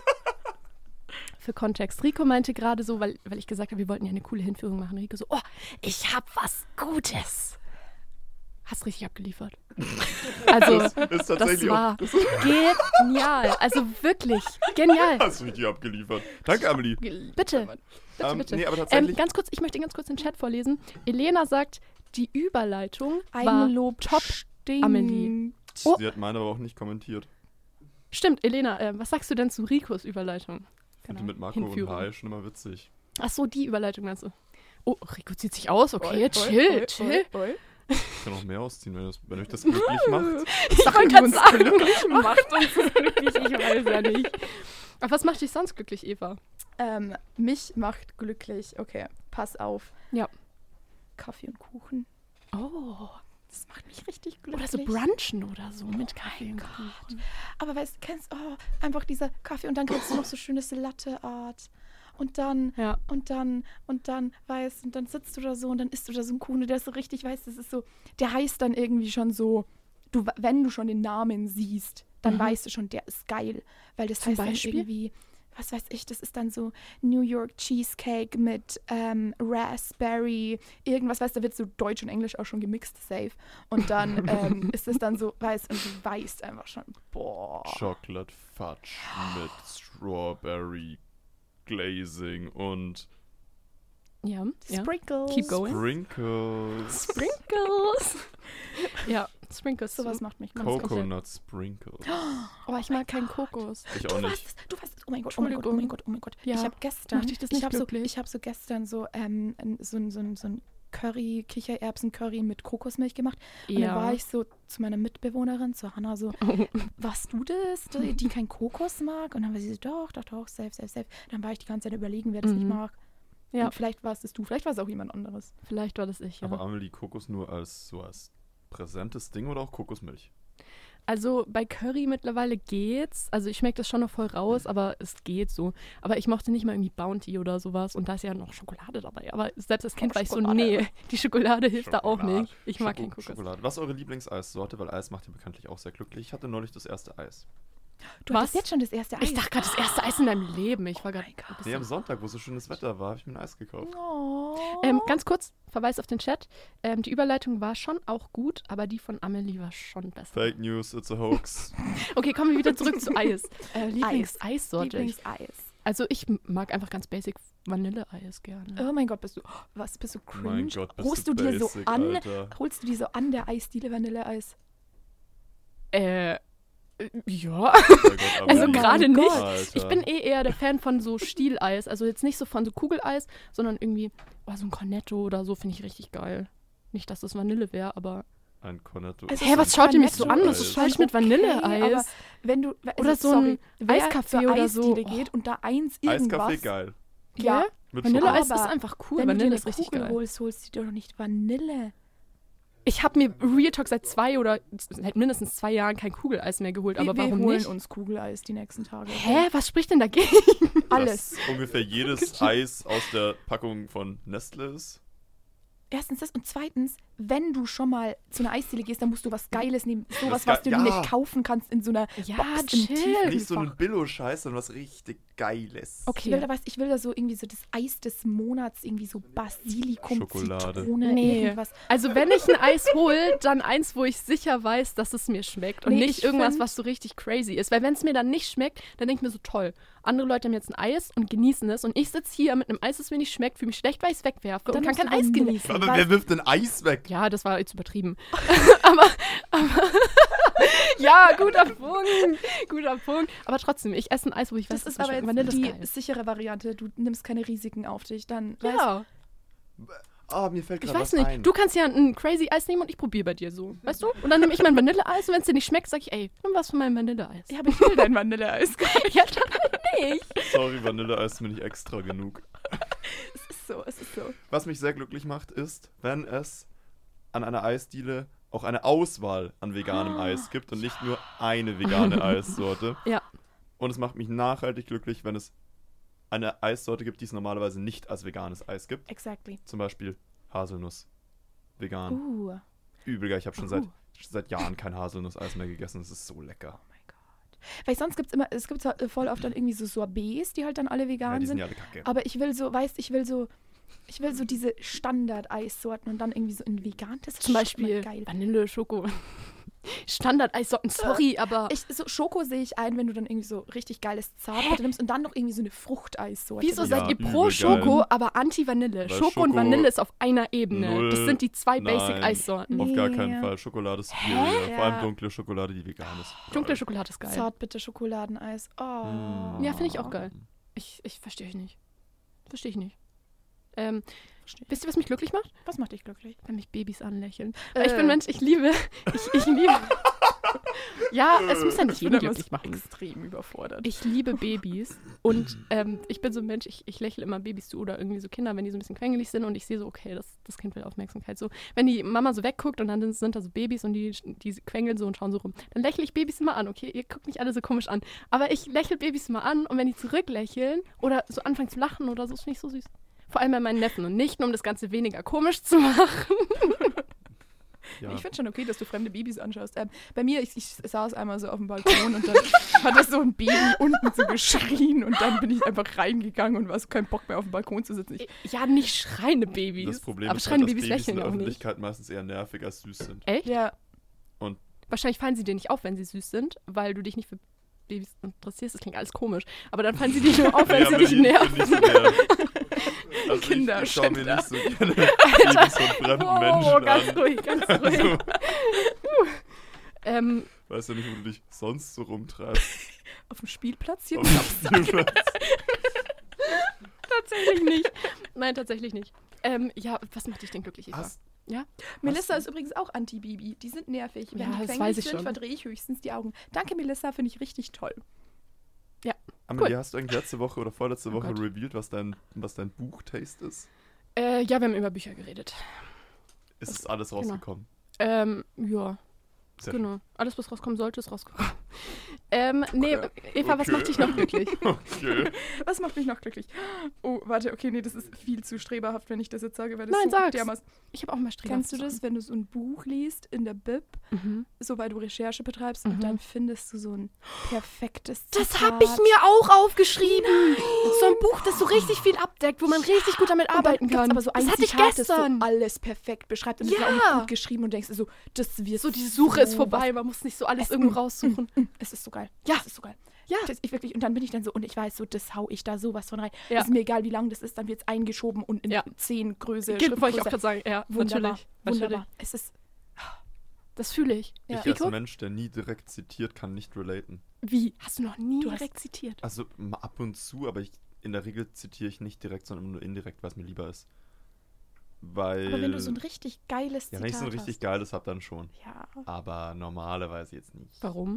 Rico meinte gerade so, weil ich gesagt habe, wir wollten ja eine coole Hinführung machen. Rico so, oh, ich hab was Gutes. Hast richtig abgeliefert. Also, Das ist tatsächlich war auch. genial. Also wirklich genial. Hast du richtig abgeliefert. Danke, Amelie. Bitte. Bitte. Nee, aber tatsächlich. Ganz kurz, ich möchte ganz kurz den Chat vorlesen. Elena sagt, die Überleitung war Eigenlob top. stinkt. Amelie. Oh. Sie hat meine aber auch nicht kommentiert. Stimmt, Elena, was sagst du denn zu Ricos Überleitung? Ich finde die mit Marco und Hinführung. Hai schon immer witzig. Ach so, die Überleitung meinst du? Oh, Rico zieht sich aus. Okay, Oi, chill. Ich kann auch mehr ausziehen, wenn euch das glücklich macht. Ich wollte gerade sagen, glücklich macht uns das glücklich. Ich weiß ja nicht. Aber was macht dich sonst glücklich, Eva? Mich macht glücklich. Okay, pass auf. Ja. Kaffee und Kuchen. Oh. Das macht mich richtig Oder glücklich. so brunchen oder so mit Kaffee und Gott. Kuchen. Aber weißt du, einfach dieser Kaffee und dann kriegst du noch so schönes Latte-Art. Und dann, Ja. und dann, weißt du, und dann sitzt du da so und dann isst du da so einen Kuchen, der ist so richtig, weißt du, das ist so, der heißt dann irgendwie schon so, wenn du schon den Namen siehst, dann weißt du schon, der ist geil. Weil das Zum heißt Beispiel? dann irgendwie, was weiß ich, das ist dann so New York Cheesecake mit Raspberry, irgendwas, weißt du, da wird so Deutsch und Englisch auch schon gemixt, safe. Und dann ist es dann so, weißt und du weißt einfach schon, boah. Chocolate Fudge mit Strawberry Glazing und Ja. Sprinkles. Keep going. Sprinkles. Sprinkles. Ja, Sprinkles. Sowas macht mich ganz Coconut Sprinkles. Oh, ich mag keinen Kokos. Ich auch nicht. Du weißt, oh mein Gott, oh mein Gott, oh mein Gott, oh mein Gott. Ja. Ich habe gestern, Macht dich das nicht ich habe glücklich? so gestern so ein Curry, Kichererbsen-Curry mit Kokosmilch gemacht. Und dann war ich so zu meiner Mitbewohnerin, zu Hannah, so, warst du das, die kein Kokos mag? Und dann war sie so, doch, safe. Dann war ich die ganze Zeit überlegen, wer das nicht mag. Ja. Und vielleicht warst es du, vielleicht war es auch jemand anderes. Vielleicht war das ich, ja. Aber Amelie, Kokos nur als präsentes Ding oder auch Kokosmilch? Also bei Curry mittlerweile geht's. Also ich schmecke das schon noch voll raus, aber es geht so. Aber ich mochte nicht mal irgendwie Bounty oder sowas. Und da ist ja noch Schokolade dabei. Aber selbst als Kind war ich so, nee, die Schokolade hilft da auch nicht. Ich mag keinen Kokos. Schokolade. Was ist eure Lieblingseissorte? Weil Eis macht ihr bekanntlich auch sehr glücklich. Ich hatte neulich das erste Eis. Du Was? hattest jetzt schon das erste Eis. Ich dachte gerade, das erste Eis in deinem Leben. Ich war gerade Nee, am Sonntag, wo so schönes Wetter war, habe ich mir ein Eis gekauft. Oh. Ganz kurz, Verweis auf den Chat. Die Überleitung war schon auch gut, aber die von Amelie war schon besser. Fake News, it's a hoax. Okay, kommen wir wieder zurück zu Eis. Lieblingseissorte. Lieblingseis. Also ich mag einfach ganz basic Vanilleeis gerne. Oh mein Gott, bist du cringe? Mein Gott, bist Holst du du dir so basic, an? Alter. Holst du dir so an der Eisdiele Vanilleeis? Ja. Oh mein Gott, Also Amelie. gerade nicht. Alter. Ich bin eher der Fan von so Stieleis. Also jetzt nicht so von so Kugeleis, sondern irgendwie so ein Cornetto oder so finde ich richtig geil. Nicht, dass das Vanille wäre, aber... Ein Cornetto. Also Hä, was schaut ihr mich so an? Was ist Eis. falsch mit Vanilleeis? aber wenn du, Oder so ein wer Eiskaffee zur oder so. Eisdiele geht und da eins irgendwas... Eiskaffee, geil. Ja, Mit Vanilleeis Aber ist einfach cool. wenn du dir Vanille eine ist richtig Kugel geil. holst du dir doch nicht Vanille. Ich habe mir Real Talk seit mindestens 2 Jahren kein Kugeleis mehr geholt, aber wir warum holen nicht? uns Kugeleis die nächsten Tage. Hä, was spricht denn dagegen? Alles. Dass ungefähr jedes Eis aus der Packung von Nestle ist. Erstens das und zweitens, wenn du schon mal zu einer Eisdiele gehst, dann musst du was Geiles nehmen. Sowas, Das was du ja. nicht kaufen kannst in so einer Ja, Box im chill. Tiefkühlfach. Nicht so ein Billo-Scheiß, sondern was richtig Geiles. Okay. Ich will da so irgendwie so das Eis des Monats, irgendwie so Basilikum, Schokolade. Zitrone, Nee. irgendwas. Also wenn ich ein Eis hole, dann eins, wo ich sicher weiß, dass es mir schmeckt. Und Nee, nicht ich irgendwas, find- was so richtig crazy ist. Weil wenn es mir dann nicht schmeckt, dann denke ich mir so, toll. Andere Leute haben jetzt ein Eis und genießen es. Und ich sitze hier mit einem Eis, das mir nicht schmeckt, fühle mich schlecht, weil ich es wegwerfe Dann und kann musst kein du Eis Vanille- genießen. Aber Weil- wer wirft denn Eis weg? Ja, das war jetzt übertrieben. aber ja, guter Punkt. Aber trotzdem, ich esse ein Eis, wo ich weiß, Das ist mir aber schmeckt. jetzt Vanille ist die geil. sichere Variante. Du nimmst keine Risiken auf dich. Dann, weißt Ja, Ah, mir fällt ich gerade weiß was nicht. ein. Du kannst ja ein crazy Eis nehmen und ich probiere bei dir so. Weißt du? Und dann nehme ich mein Vanilleeis und wenn es dir nicht schmeckt, sag ich, ey, nimm was von meinem Vanilleeis. ja, aber ich will dein Vanilleeis. Ja, dann halt nicht. Sorry, Vanilleeis ist mir nicht extra genug. Es ist so. Was mich sehr glücklich macht, ist, wenn es an einer Eisdiele auch eine Auswahl an veganem Eis gibt und nicht nur eine vegane Eissorte. Ja. Und es macht mich nachhaltig glücklich, wenn es eine Eissorte gibt, die es normalerweise nicht als veganes Eis gibt. Exactly. Zum Beispiel Haselnuss. Vegan. Übel geil. Ich habe schon Uh. seit Jahren kein Haselnusseis mehr gegessen. Es ist so lecker. Oh mein Gott. Weil sonst gibt es voll oft dann irgendwie so Sorbets, die halt dann alle Ja, vegan die sind sind. ja alle kacke. Aber ich will so, Ich will so diese Standard-Eissorten und dann irgendwie so in vegan. Das ist Zum schon Beispiel mal geil. Vanille, Schoko. Standard-Eissorten, sorry, aber So Schoko sehe ich ein, wenn du dann irgendwie so richtig geiles Zartbitter nimmst und dann noch irgendwie so eine Fruchteissorte. wieso Ja, seid ihr übel pro geil. Schoko, aber anti-Vanille? Weil Schoko und Schoko Vanille ist auf einer Ebene. null, Das sind die zwei nein. Basic-Eissorten. Auf gar keinen Nee. Fall. Schokolade ist superior. Ja. Vor allem dunkle Schokolade, die vegan ist. Dunkle Schokolade ist geil. Zartbitter-Schokoladeneis. Oh. Mm. Ja, finde ich auch geil. Ich verstehe ich nicht. Verstehe ich nicht. Wisst ihr, was mich glücklich macht? Was macht dich glücklich? Wenn mich Babys anlächeln. Weil ich bin Mensch, ich liebe. Ja, es muss ja nicht jeden glücklich machen. Extrem überfordert. Ich liebe Babys und ich bin so ein Mensch, ich lächle immer Babys zu oder irgendwie so Kinder, wenn die so ein bisschen quengelig sind und ich sehe so, okay, das Kind will Aufmerksamkeit. So, wenn die Mama so wegguckt und dann sind da so Babys und die quengeln so und schauen so rum, dann lächle ich Babys immer an, okay? Ihr guckt mich alle so komisch an. Aber ich lächle Babys immer an und wenn die zurücklächeln oder so anfangen zu lachen oder so, das finde ich so süß. Vor allem bei meinen Neffen und nicht nur, um das Ganze weniger komisch zu machen. Ja. Ich finde schon okay, dass du fremde Babys anschaust. Bei mir, ich saß einmal so auf dem Balkon und dann hat das so ein Baby unten so geschrien und dann bin ich einfach reingegangen und war so kein Bock mehr auf dem Balkon zu sitzen. Ja, nicht schreiende Babys. Das Problem aber ist schreiende halt, dass Babys Babys in lächeln der auch nicht. Öffentlichkeit meistens eher nervig als süß sind. Echt? Ja, Wahrscheinlich fallen sie dir nicht auf, wenn sie süß sind, weil du dich nicht für Babys interessierst. Das klingt alles komisch. Aber dann fallen sie dir nur auf, wenn sie dich nerven. Nicht so gern. Also Kinder, ich schaue mir Schänder. nicht so gerne Babys von fremden Menschen ganz an. ruhig, ganz ruhig. Also, weißt du nicht, wo du dich sonst so rumtreibst? auf dem Spielplatz hier. Auf dem Spielplatz. Tatsächlich nicht. Nein, tatsächlich nicht. Ja, was macht dich denn glücklich, Eva? Hast- Melissa ist übrigens auch Anti-Baby. Die sind nervig. Wenn Ja, die das quengelig weiß ich sind, schon. verdrehe ich höchstens die Augen. Danke, Melissa, finde ich richtig toll. Amelie, hast du eigentlich letzte Woche oder vorletzte Oh Woche Gott. revealed, was dein Buchtaste ist? Ja, wir haben über Bücher geredet. Ist es alles Genau. rausgekommen? Ja, Sehr genau. Alles, was rauskommen sollte, ist rausgekommen. Nee, Eva, was Okay. macht dich noch glücklich? Okay. Was macht mich noch glücklich? Oh, warte, okay, nee, das ist viel zu streberhaft, wenn ich das jetzt sage, weil das Nein, so sag's. dermaßen. Ich habe auch mal Streber. Kennst du das, wenn du so ein Buch liest in der Bib, Mhm. so weil du Recherche betreibst Mhm. und dann findest du so ein perfektes Das Zitat. habe ich mir auch aufgeschrieben. So ein Buch, das so richtig viel abdeckt, wo man richtig gut damit Und dann arbeiten gibt's kann. aber so ein das hatte ich Zitat, gestern. das so alles perfekt beschreibt und das ist Ja. auch noch gut geschrieben und denkst dir so, das wird So, die Suche ist so vorbei, man muss nicht so alles Es- irgendwo raussuchen. Es ist so geil. Ja. Es ist so geil. Ja. Ich wirklich, und dann bin ich dann so, und ich weiß so, das hau ich da sowas von rein. Ja. Ist mir egal, wie lang das ist, dann wird es eingeschoben und in Ja. 10 Größe. Wollte ich auch Schriftgröße. gerade sagen. Ja, Wunderbar. natürlich. Wunderbar. Es ist, Das fühle ich. Ja. Ich als Nico? Mensch, der nie direkt zitiert, kann nicht relaten. Wie? Hast du noch nie Du hast- direkt zitiert? Also mal ab und zu, aber in der Regel zitiere ich nicht direkt, sondern nur indirekt, weil es mir lieber ist. Weil... aber wenn du so ein richtig geiles ja, Zitat wenn ich so ein richtig hast. geiles habe, dann schon. Ja. Aber normalerweise jetzt nicht. Warum?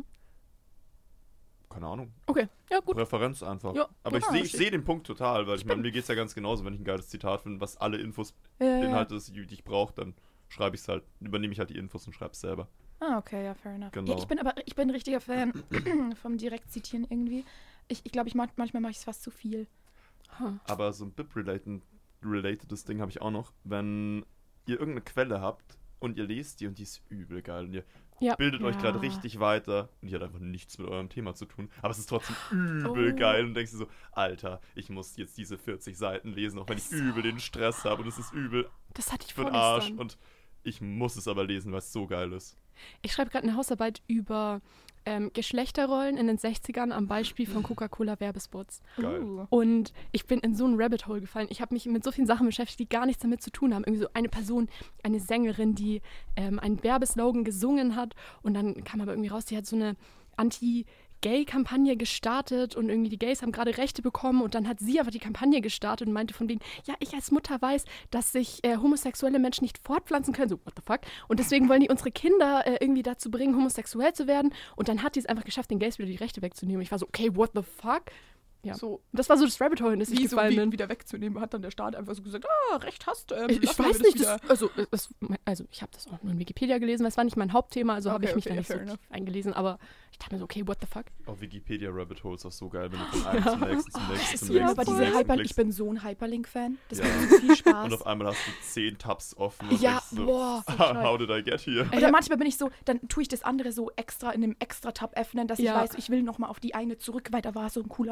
Keine Ahnung. Okay, ja gut. Präferenz einfach. Ja. Aber Ja, ich seh den Punkt total, weil ich meine, mir geht es ja ganz genauso, wenn ich ein geiles Zitat finde, was alle Infos beinhaltet, die ich brauche, dann schreibe ich es halt, übernehme ich halt die Infos und schreibe es selber. Ah, okay, ja, fair enough. Genau. Ja, ich bin ein richtiger Fan vom Direktzitieren irgendwie. Ich glaube, manchmal mache ich es fast zu viel. Huh. Aber so ein BIP-relatedes Ding habe ich auch noch. Wenn ihr irgendeine Quelle habt und ihr lest die und die ist übel geil und ihr Ja. bildet euch Ja. gerade richtig weiter und die hat einfach nichts mit eurem Thema zu tun, aber es ist trotzdem übel Oh. geil und denkst dir so, Alter, ich muss jetzt diese 40 Seiten lesen, auch wenn ich übel den Stress habe und es ist übel Das hatte ich für den Arsch vorgestern. und ich muss es aber lesen, weil es so geil ist. Ich schreibe gerade eine Hausarbeit über Geschlechterrollen in den 60ern am Beispiel von Coca-Cola-Werbespots. Geil. Und ich bin in so ein Rabbit Hole gefallen. Ich habe mich mit so vielen Sachen beschäftigt, die gar nichts damit zu tun haben. Irgendwie so eine Person, eine Sängerin, die einen Werbeslogan gesungen hat und dann kam aber irgendwie raus, die hat so eine Anti-Gay-Kampagne gestartet und irgendwie die Gays haben gerade Rechte bekommen und dann hat sie aber die Kampagne gestartet und meinte von wegen, ja, ich als Mutter weiß, dass sich homosexuelle Menschen nicht fortpflanzen können. So, what the fuck? Und deswegen wollen die unsere Kinder irgendwie dazu bringen, homosexuell zu werden. Und dann hat die es einfach geschafft, den Gays wieder die Rechte wegzunehmen. Ich war so, okay, what the fuck? Ja. So, Das war so das Rabbit Hole, in das ich wie so gefallen bin. wieder wegzunehmen, hat dann der Staat einfach so gesagt, Recht hast du. Ich weiß nicht, also ich habe das auch nur in Wikipedia gelesen, weil es war nicht mein Hauptthema, also habe Okay, ich mich okay, da nicht so fair tief enough. eingelesen, aber ich dachte mir so, okay, what the fuck? Auf Wikipedia Rabbit Hole ist auch so geil, wenn du von einem zum nächsten, zum nächsten, zum Ja, nächsten, aber zum diese nächsten Hyper, ich klickst. bin so ein Hyperlink-Fan. Das Ja. macht so viel Spaß. Und auf einmal hast du 10 Tabs offen und Ja, denkst so, boah. how did I get here? Oder manchmal bin ich so, dann tue ich das andere so extra in einem Extra-Tab öffnen, dass Ja. ich weiß, ich will nochmal auf die eine zurück, weil da war so ein cooler anderer Link.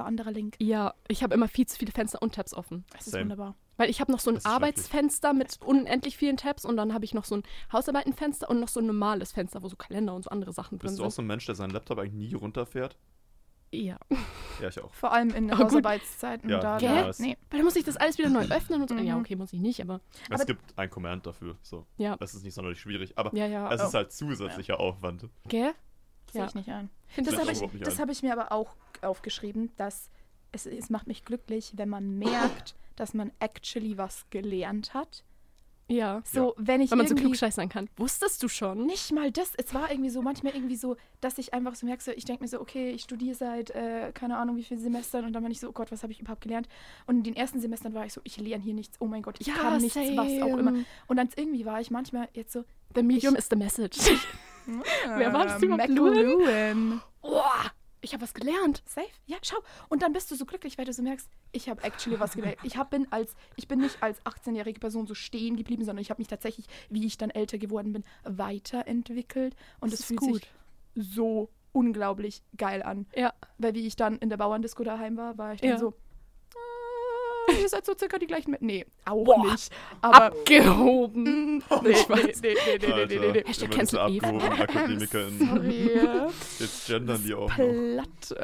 Pink. Ja, ich habe immer viel zu viele Fenster und Tabs offen. Das ist Same. wunderbar. Weil ich habe noch so ein Das ist schrecklich. Arbeitsfenster mit unendlich vielen Tabs und dann habe ich noch so ein Hausarbeitenfenster und noch so ein normales Fenster, wo so Kalender und so andere Sachen drin Bist du auch sind. so ein Mensch, der seinen Laptop eigentlich nie runterfährt? Ja. Ja, ich auch. Vor allem in Aber gut. Hausarbeitszeiten. Ja, da, Gell? ja, da, es, nee. Weil dann muss ich das alles wieder neu öffnen und so. Mhm. Ja, okay, muss ich nicht, aber es Aber- gibt ein Command dafür. So. ja. Das ist nicht sonderlich schwierig. Aber Ja. es ist halt zusätzlicher Aufwand. Gell? Sehe Ja. ich nicht ein. Find Das ich habe auch ich, überhaupt nicht das ein. hab ich mir aber auch aufgeschrieben, dass es macht mich glücklich, wenn man merkt, dass man actually was gelernt hat. Ja. So, wenn ich Wenn man so irgendwie klugscheißern kann. Wusstest du schon? nicht mal das, es war irgendwie so, manchmal irgendwie so, dass ich einfach so merke, so, ich denke mir so, okay, ich studiere seit, keine Ahnung wie viele Semestern und dann bin ich so, oh Gott, was habe ich überhaupt gelernt? Und in den ersten Semestern war ich so, ich lerne hier nichts, oh mein Gott, ich Ja, kann nichts, was auch immer. same. Und dann irgendwie war ich manchmal jetzt so, The medium is the message. Wer war das überhaupt? McLuhan? Oh, ich habe was gelernt. Safe? Ja, schau. Und dann bist du so glücklich, weil du so merkst, ich habe actually was gelernt. Ich bin nicht als 18-jährige Person so stehen geblieben, sondern ich habe mich tatsächlich, wie ich dann älter geworden bin, weiterentwickelt. Und Das es ist fühlt gut. sich so unglaublich geil an. Ja. Weil wie ich dann in der Bauerndisco daheim war ich dann Ja. so, ihr seid so circa die gleichen mit. Nee, auch Boah, nicht. Aber Abgehoben. nee, Spaß. nee. Hashtag immer diese Cancel Eve. abgehobenen AkademikerInnen. Sorry. Jetzt gendern die auch noch. Platt.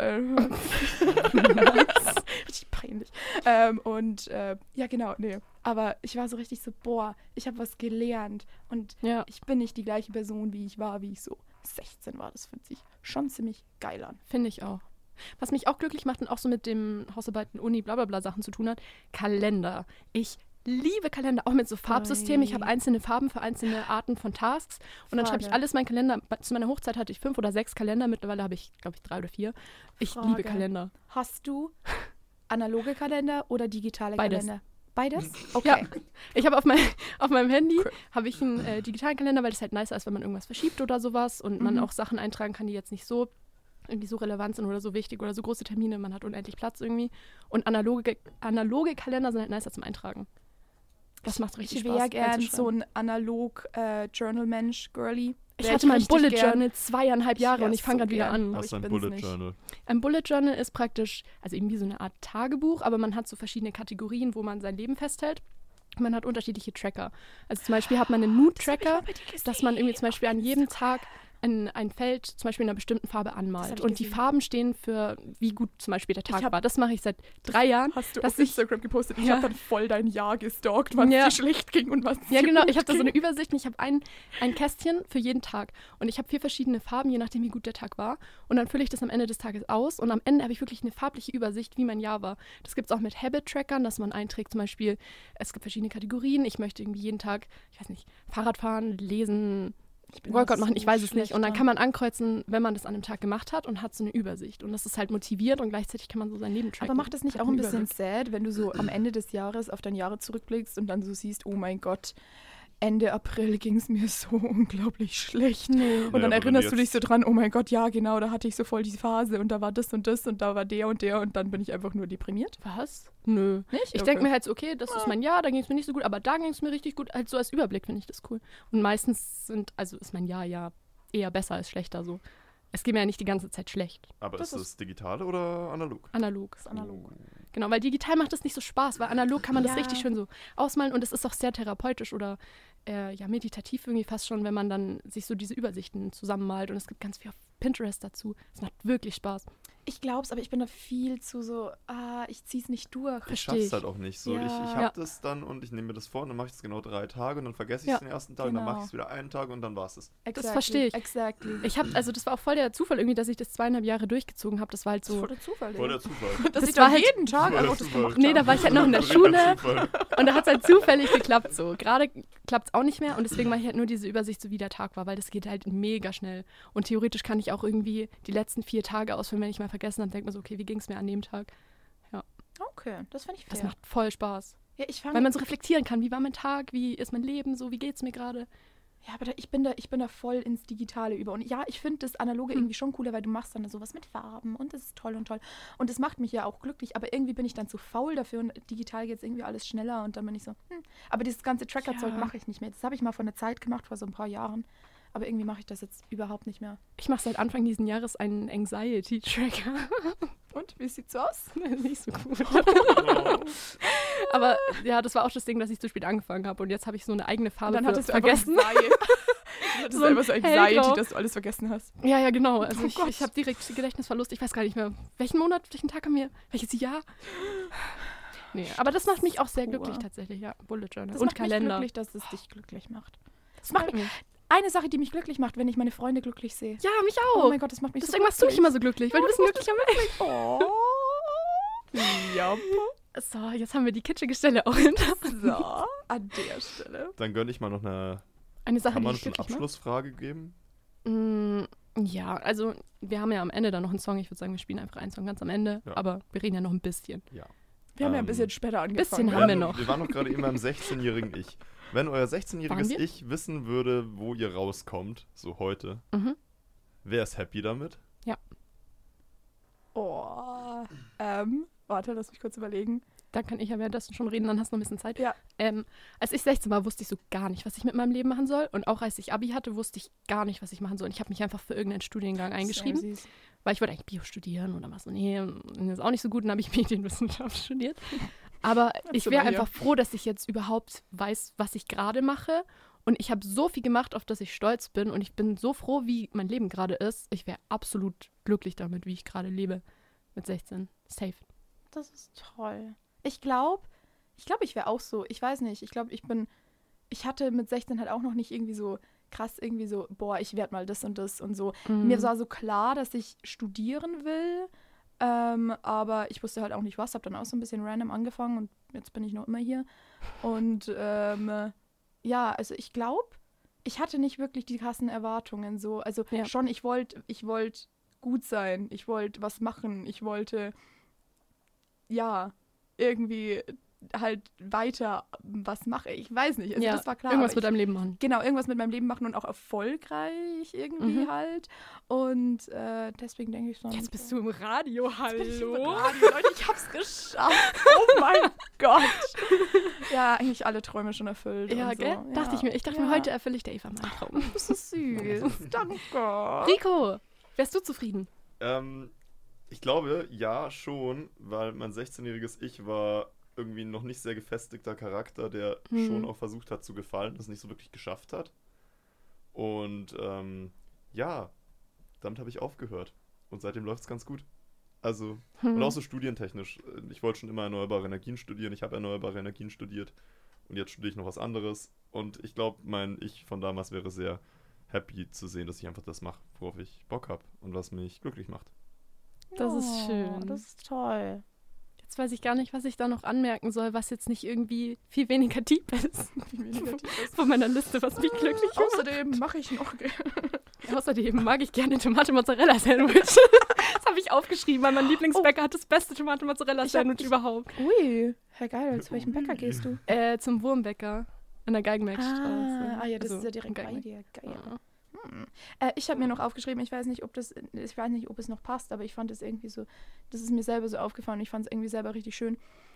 Richtig peinlich. Ja, genau, nee. Aber ich war so richtig so, boah, ich habe was gelernt. Und Ja, ich bin nicht die gleiche Person, wie ich war, wie ich so 16 war. Das fühlt sich schon ziemlich geil an. finde ich auch. Was mich auch glücklich macht und auch so mit dem Hausarbeiten, Uni, bla bla bla Sachen zu tun hat, Kalender. Ich liebe Kalender, auch mit so Farbsystemen. Ich habe einzelne Farben für einzelne Arten von Tasks. Und dann schreibe ich Frage. alles meinen Kalender. Zu meiner Hochzeit hatte ich 5 oder 6 Kalender. Mittlerweile habe ich, glaube ich, 3 oder 4. Ich Frage. liebe Kalender. Hast du analoge Kalender oder digitale Beides. Kalender? Beides? Okay. Ja. Ich habe auf meinem Handy habe ich einen digitalen Kalender, weil das halt nicer ist, wenn man irgendwas verschiebt oder sowas und man auch Sachen eintragen kann, die jetzt nicht so irgendwie so relevant sind oder so wichtig oder so große Termine. Man hat unendlich Platz irgendwie. Und analoge Kalender sind halt nicer zum Eintragen. Das macht richtig Ich Spaß. wäre gern einzuschreiben. so ein Analog-Journal-Mensch, Girly. Ich Wär hatte mein richtig Bullet gern. Journal 2,5 Jahre Ja, und ich fange so gerade wieder gern. an. Was ich ist ein bin's Bullet nicht. Journal? Ein Bullet Journal ist praktisch, also irgendwie so eine Art Tagebuch, aber man hat so verschiedene Kategorien, wo man sein Leben festhält. Man hat unterschiedliche Tracker. Also zum Beispiel hat man einen Mood-Tracker, dass man irgendwie zum Beispiel an jedem Tag ein Feld zum Beispiel in einer bestimmten Farbe Das hab anmalt. ich Und die gesehen. Farben stehen für, wie gut zum Beispiel der Tag hab- war. Das mache ich seit 3 Jahren. Hast du dass auf ich- Instagram gepostet? Ich Ja. habe dann voll dein Jahr gestalkt, wann Ja. es dir schlecht ging und was Ja, dir genau. gut Ich habe da so ging. eine Übersicht und ich habe ein Kästchen für jeden Tag. Und ich habe 4 verschiedene Farben, je nachdem, wie gut der Tag war. Und dann fülle ich das am Ende des Tages aus. Und am Ende habe ich wirklich eine farbliche Übersicht, wie mein Jahr war. Das gibt es auch mit Habit-Trackern, dass man einträgt, zum Beispiel, es gibt verschiedene Kategorien. Ich möchte irgendwie jeden Tag, ich weiß nicht, Fahrrad fahren, lesen, bin Workout da machen, so ich weiß es nicht. Und dann schlecht kann man ankreuzen, wenn man das an einem Tag gemacht hat und hat so eine Übersicht. Und das ist halt motiviert und gleichzeitig kann man so sein Leben tracken. Aber macht das nicht Hat auch ein einen bisschen Überblick. sad, wenn du so am Ende des Jahres auf dein Jahre zurückblickst und dann so siehst, oh mein Gott, Ende April ging es mir so unglaublich schlecht. Nee. Und dann Ja, aber wenn erinnerst du du dich jetzt- so dran, oh mein Gott, ja genau, da hatte ich so voll die Phase und da war das und das und da war der und dann bin ich einfach nur deprimiert. Was? Nö. Nicht? Ich denke mir halt so, okay, das ist mein Jahr, da ging es mir nicht so gut, aber da ging es mir richtig gut. Halt so als Überblick finde ich das cool. Und meistens ist mein Jahr ja eher besser als schlechter so. Es geht mir ja nicht die ganze Zeit schlecht. Aber Das ist das digital oder analog? Analog. analog. Genau, weil digital macht das nicht so Spaß, weil analog kann man das Ja. richtig schön so ausmalen und es ist auch sehr therapeutisch oder meditativ irgendwie fast schon, wenn man dann sich so diese Übersichten zusammenmalt und es gibt ganz viel auf Pinterest dazu. Es macht wirklich Spaß. Ich glaub's, aber ich bin da viel zu so, ich zieh's nicht durch. Ich Versteh schaff's ich. halt auch nicht. So, Ja. ich Ja. hab das dann und ich nehme mir das vor und dann mache ich es genau 3 Tage und dann vergesse ich Ja, es den ersten Tag und dann genau. mache ich es wieder einen Tag und dann war's es. Exactly, versteh ich. Exactly. Das war auch voll der Zufall irgendwie, dass ich das 2,5 Jahre durchgezogen habe. Das war halt Das ist so. voll der Zufall. Voll Digga. der Zufall. Dass Das ich war dann halt- jeden Tag Voll der einfach das Zufall. gemacht Nee, habe. da war ich halt noch in der Verrückter Schule. Zufall. Und da hat es halt zufällig geklappt so. Gerade klappt es auch nicht mehr und deswegen mache ich halt nur diese Übersicht, so wie der Tag war, weil das geht halt mega schnell. Und theoretisch kann ich auch irgendwie die letzten 4 Tage ausfüllen, wenn ich mal vergessen habe, denke mir so, okay, wie ging es mir an dem Tag? Okay, das finde ich fair. Das macht voll Spaß. ja, ich Weil fange man so reflektieren kann, wie war mein Tag, wie ist mein Leben, so, wie geht's mir gerade? Ja, aber ich bin da voll ins Digitale über. Und ja, ich finde das Analoge irgendwie schon cooler, weil du machst dann sowas mit Farben und das ist toll und toll. Und das macht mich ja auch glücklich, aber irgendwie bin ich dann zu faul dafür und digital geht es irgendwie alles schneller und dann bin ich so, Aber dieses ganze Tracker-Zeug Ja. mache ich nicht mehr. Das habe ich mal vor einer Zeit gemacht, vor so ein paar Jahren. Aber irgendwie mache ich das jetzt überhaupt nicht mehr. Ich mache seit Anfang dieses Jahres einen Anxiety-Tracker. Und, wie sieht's so aus? Nicht so gut. Aber ja, das war auch das Ding, dass ich zu spät angefangen habe. Und jetzt habe ich so eine eigene Farbe Und dann hattest du vergessen. So einfach so Anxiety, Hellgrau. dass du alles vergessen hast. Ja, genau. Also Oh ich Gott. habe direkt Gedächtnisverlust. Ich weiß gar nicht mehr, welchen Monat, welchen Tag haben wir, welches Jahr? Nee, aber das macht mich auch sehr glücklich tatsächlich, ja. Bullet Journal Das und macht mich Kalender. glücklich, dass es dich glücklich macht. Das macht mich. Eine Sache, die mich glücklich macht, wenn ich meine Freunde glücklich sehe. Ja, mich auch. Oh mein Gott, das macht mich Deswegen so machst du mich glücklich. immer so glücklich, weil du bist ein glücklicher Mensch. Oh. Ja. So, jetzt haben wir die kitschige Stelle auch hinter. So, an der Stelle. Dann gönne ich mal noch eine. Eine Sache, Kann die man ich schon glücklich macht. Abschlussfrage geben? Ja, also wir haben ja am Ende dann noch einen Song. Ich würde sagen, wir spielen einfach einen Song ganz am Ende. Ja. Aber wir reden ja noch ein bisschen. Ja. Wir haben ja ein bisschen später angefangen. bisschen haben wir noch. Wir waren noch gerade eben beim 16-jährigen Ich. Wenn euer 16-jähriges Waren wir? Ich wissen würde, wo ihr rauskommt, so heute, Mhm. wer ist happy damit? Oh. Warte, lass mich kurz überlegen. Da kann ich ja währenddessen schon reden, dann hast du noch ein bisschen Zeit. Ja. Als ich 16 war, wusste ich so gar nicht, was ich mit meinem Leben machen soll. Und auch als ich Abi hatte, wusste ich gar nicht, was ich machen soll. Und ich habe mich einfach für irgendeinen Studiengang eingeschrieben, Samesies. weil ich wollte eigentlich Bio studieren. Und dann war es so, nee, das ist auch nicht so gut. Dann habe ich Medienwissenschaft studiert. Aber ich du wäre mal hier. einfach froh, dass ich jetzt überhaupt weiß, was ich gerade mache. Und ich habe so viel gemacht, auf das ich stolz bin. Und ich bin so froh, wie mein Leben gerade ist. Ich wäre absolut glücklich damit, wie ich gerade lebe. Mit 16. Safe. Das ist toll. Ich glaube, ich wäre auch so. Ich weiß nicht. Ich glaube, ich hatte mit 16 halt auch noch nicht irgendwie so krass irgendwie so, boah, ich werde mal das und so. Mir war so klar, dass ich studieren will, aber ich wusste halt auch nicht was. Habe dann auch so ein bisschen random angefangen und jetzt bin ich noch immer hier. Und ja, also ich glaube, ich hatte nicht wirklich die krassen Erwartungen so. Also Ja. schon, ich wollte gut sein. Ich wollte was machen. Ich wollte ja irgendwie halt weiter was mache. Ich weiß nicht. Also ja, das war klar. irgendwas aber mit deinem Leben machen. Genau, irgendwas mit meinem Leben machen und auch erfolgreich irgendwie halt. Und deswegen denke ich so. Jetzt bist du im Radio, Leute, ich hab's geschafft. Oh mein Gott. Ja, eigentlich alle Träume schon erfüllt. Ja, und so. gell? Dachte ich mir. Ich dachte mir, Ja. heute erfülle ich der Eva meinen Traum. Das ist süß. Danke. Rico, wärst du zufrieden? Ich glaube, ja, schon, weil mein 16-jähriges Ich war irgendwie noch nicht sehr gefestigter Charakter, der schon auch versucht hat zu gefallen, das nicht so wirklich geschafft hat. Und ja, damit habe ich aufgehört. Und seitdem läuft es ganz gut. Also, und auch so studientechnisch. Ich wollte schon immer erneuerbare Energien studieren. Ich habe erneuerbare Energien studiert. Und jetzt studiere ich noch was anderes. Und ich glaube, mein Ich von damals wäre sehr happy zu sehen, dass ich einfach das mache, worauf ich Bock habe und was mich glücklich macht. Das ist schön. Das ist toll. Jetzt weiß ich gar nicht, was ich da noch anmerken soll, was jetzt nicht irgendwie viel weniger deep ist. Von meiner Liste, was mich glücklich macht. Außerdem mache ich noch. Außerdem mag ich gerne Tomate-Mozzarella-Sandwich. Das habe ich aufgeschrieben, weil mein Lieblingsbäcker hat das beste Tomate-Mozzarella-Sandwich überhaupt. Ui, Herr Geil, zu welchem Bäcker gehst du? Zum Wurmbäcker an der Geigenbergstraße. Ja, das Also, ist ja direkt bei Geigenberg. dir. Geil. Ja. Ich habe mir noch aufgeschrieben, ich weiß nicht, ob es noch passt, aber ich fand es irgendwie so, das ist mir selber so aufgefallen, ich fand es irgendwie selber richtig schön.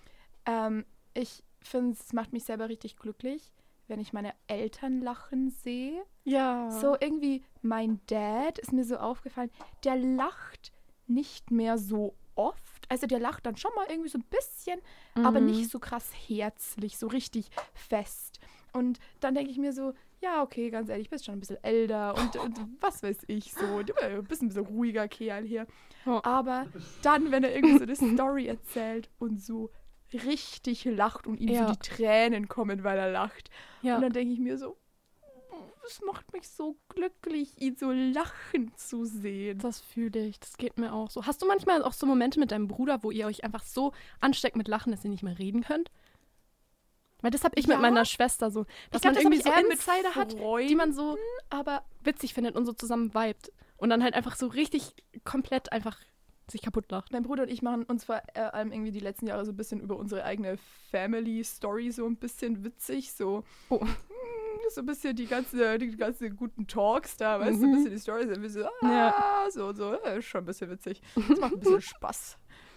Ich finde, es macht mich selber richtig glücklich, wenn ich meine Eltern lachen sehe. Ja. So irgendwie, mein Dad ist mir so aufgefallen, der lacht nicht mehr so oft. Also der lacht dann schon mal irgendwie so ein bisschen, aber nicht so krass herzlich, so richtig fest. Und dann denke ich mir so, ja, okay, ganz ehrlich, bist schon ein bisschen älter und was weiß ich so. Du bist ein bisschen ruhiger Kerl hier. Oh. Aber dann, wenn er irgendwie so eine Story erzählt und so richtig lacht und ihm so die Tränen kommen, weil er lacht. Ja. Und dann denke ich mir so, es macht mich so glücklich, ihn so lachen zu sehen. Das fühle ich, das geht mir auch so. Hast du manchmal auch so Momente mit deinem Bruder, wo ihr euch einfach so ansteckt mit Lachen, dass ihr nicht mehr reden könnt? Weil das habe ich mit meiner Schwester so, dass man irgendwie so Insider hat, die man so aber witzig findet und so zusammen vibet. Und dann halt einfach so richtig komplett einfach sich kaputt lacht. Mein Bruder und ich machen uns vor allem irgendwie die letzten Jahre so ein bisschen über unsere eigene Family-Story so ein bisschen witzig, so. So ein bisschen die ganze guten Talks da, weißt du, ein bisschen die Storys, so, so, schon ein bisschen witzig. Das macht ein bisschen Spaß.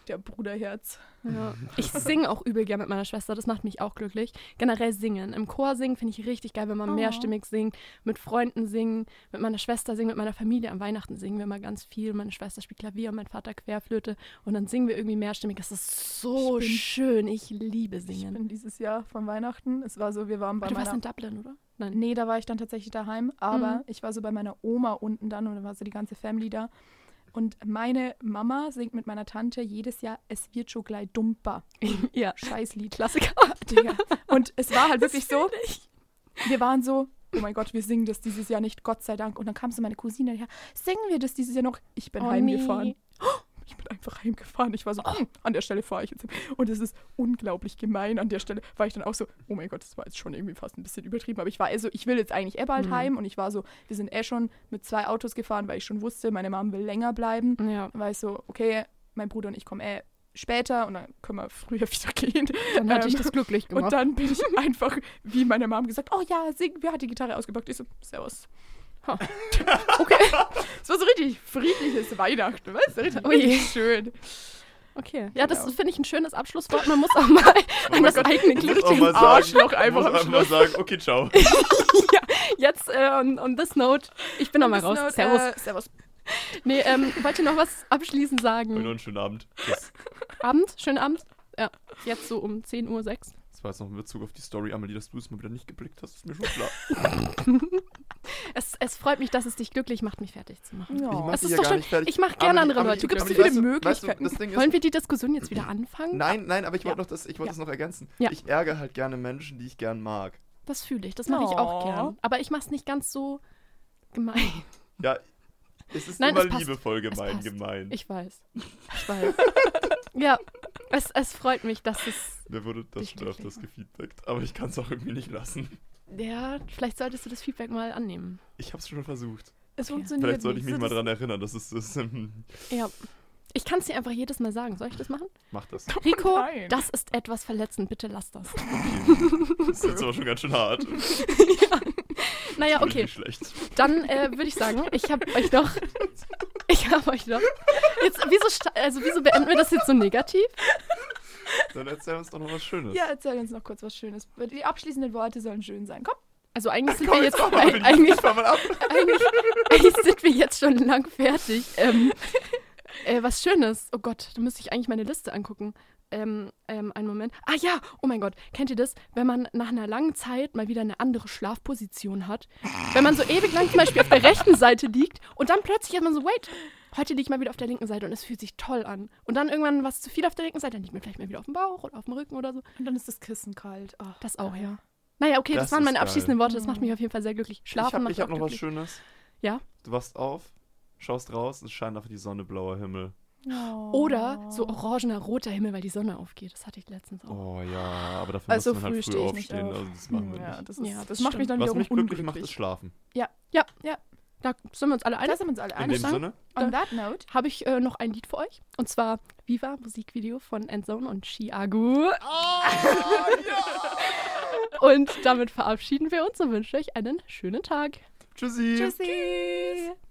Der Bruderherz. Ja. Ich singe auch übel gern mit meiner Schwester, das macht mich auch glücklich. Generell singen. Im Chor singen finde ich richtig geil, wenn man mehrstimmig singt, mit Freunden singen, mit meiner Schwester singen, mit meiner Familie. Am Weihnachten singen wir immer ganz viel. Meine Schwester spielt Klavier und mein Vater Querflöte. Und dann singen wir irgendwie mehrstimmig. Das ist so schön. Ich liebe Ich Singen. bin dieses Jahr von Weihnachten, es war so, wir waren bei Du warst meiner... in Dublin, oder? Nein. Nee, da war ich dann tatsächlich daheim, aber ich war so bei meiner Oma unten dann und da war so die ganze Family da. Und meine Mama singt mit meiner Tante jedes Jahr Es wird schon gleich dumper. Ja. Scheißlied. Klassiker. Digga. Und es war halt wirklich so, wir waren so, oh mein Gott, wir singen das dieses Jahr nicht, Gott sei Dank. Und dann kam so meine Cousine her, singen wir das dieses Jahr noch? Ich bin heimgefahren. Nee. Ich bin einfach heimgefahren. Ich war so, an der Stelle fahre ich jetzt hin. Und es ist unglaublich gemein. An der Stelle war ich dann auch so, oh mein Gott, das war jetzt schon irgendwie fast ein bisschen übertrieben. Aber ich war also, ich will jetzt eigentlich bald heim. Und ich war so, wir sind schon mit 2 Autos gefahren, weil ich schon wusste, meine Mom will länger bleiben. Ja. Dann war ich so, okay, mein Bruder und ich kommen später und dann können wir früher wieder gehen. Dann hatte ich das glücklich gemacht. Und dann bin ich einfach, wie meine Mom gesagt, oh ja, sing, wer hat die Gitarre ausgepackt? Ich so, servus. Okay. Es war so richtig friedliches Weihnachten, weißt du? Richtig schön. Okay. Ja, das Genau. finde ich ein schönes Abschlusswort. Man muss auch mal an das eigene muss Glück auch mal denken. Arschloch einfach am muss einfach mal Schluss. sagen, okay, ciao. Jetzt on this note, ich bin noch mal raus. Servus. Servus. Nee, wollt ihr noch was abschließend Und sagen? noch einen schönen Abend. Tschüss. Abend? Schönen Abend? Ja, jetzt so um 10:06 Uhr. Das war jetzt noch in Bezug auf die Story, Amelie, dass du es mal wieder nicht geblickt hast, ist mir schon klar. Es freut mich, dass es dich glücklich macht, mich fertig zu machen. Ja. Ich mach Es die ist ja doch gar schön. nicht fertig. Ich mache gerne Amelie, andere Amelie, Leute. Du gibst Amelie, so viele weißt du, Möglichkeiten. das Ding ist, Wollen wir die Diskussion jetzt wieder anfangen? Nein, aber ich wollte Ja. das noch ergänzen. Ja. Ich ärgere halt gerne Menschen, die ich gern mag. Das fühle ich. Das mache ich auch Oh. gern. Aber ich mache es nicht ganz so gemein. Ja, es ist Nein, immer es passt. liebevoll Es passt. gemein. Ich weiß. Ja, es freut mich, dass es... Mir wurde das Dich schon öfters glücklich gefeedbackt, aber ich kann es auch irgendwie nicht lassen. Ja, vielleicht solltest du das Feedback mal annehmen. Ich habe es schon versucht. Es Okay. funktioniert Vielleicht sollte ich nicht. mich So, mal dran erinnern, dass es das. Ja. Ich kann es dir einfach jedes Mal sagen. Soll ich das machen? Mach das. Rico, Nein. das ist etwas verletzend. Bitte lass das. Das ist jetzt aber schon ganz schön hart. Naja, Finde ich okay. nicht schlecht. Dann würde ich sagen, ich habe euch noch... Jetzt, wieso beenden wir das jetzt so negativ? Dann erzähl uns doch noch was Schönes. Ja, erzähl uns noch kurz was Schönes. Die abschließenden Worte sollen schön sein. Komm. Also eigentlich sind Komm, wir jetzt... komm mal, Eigentlich fahr mal ab. eigentlich sind wir jetzt schon lang fertig. Was Schönes. Oh Gott, da müsste ich eigentlich meine Liste angucken. Einen Moment. Ah ja, oh mein Gott. Kennt ihr das? Wenn man nach einer langen Zeit mal wieder eine andere Schlafposition hat. Wenn man so ewig lang zum Beispiel auf der rechten Seite liegt und dann plötzlich hat man so, wait, heute liege ich mal wieder auf der linken Seite und es fühlt sich toll an. Und dann irgendwann was zu viel auf der linken Seite, dann liegt man vielleicht mal wieder auf dem Bauch oder auf dem Rücken oder so. Und dann ist das Kissen kalt. Oh. Das auch, ja. Naja, okay, das Das waren ist meine geil. abschließenden Worte. Das macht mich auf jeden Fall sehr glücklich. Schlafen macht Ich hab auch noch was glücklich. Schönes. Ja? Du wachst auf, schaust raus, es scheint einfach die Sonne, blauer Himmel. Oh. Oder so orangener, roter Himmel, weil die Sonne aufgeht. Das hatte ich letztens auch. Oh ja, aber dafür Also muss man halt früh früh stehe ich nicht aufstehen. auf. Also das machen wir Ja, nicht. das, ist, Ja, das das macht mich dann Was wiederum mich glücklich macht, unglücklich. ist schlafen. Da sind wir uns alle Da einig. sind wir uns alle In einig. dem sagen, Sinne, On that note. Habe ich noch ein Lied für euch. Und zwar Viva, Musikvideo von Endzone und Chiago. Und damit verabschieden wir uns und wünschen euch einen schönen Tag. tschüssi. Tschüssi.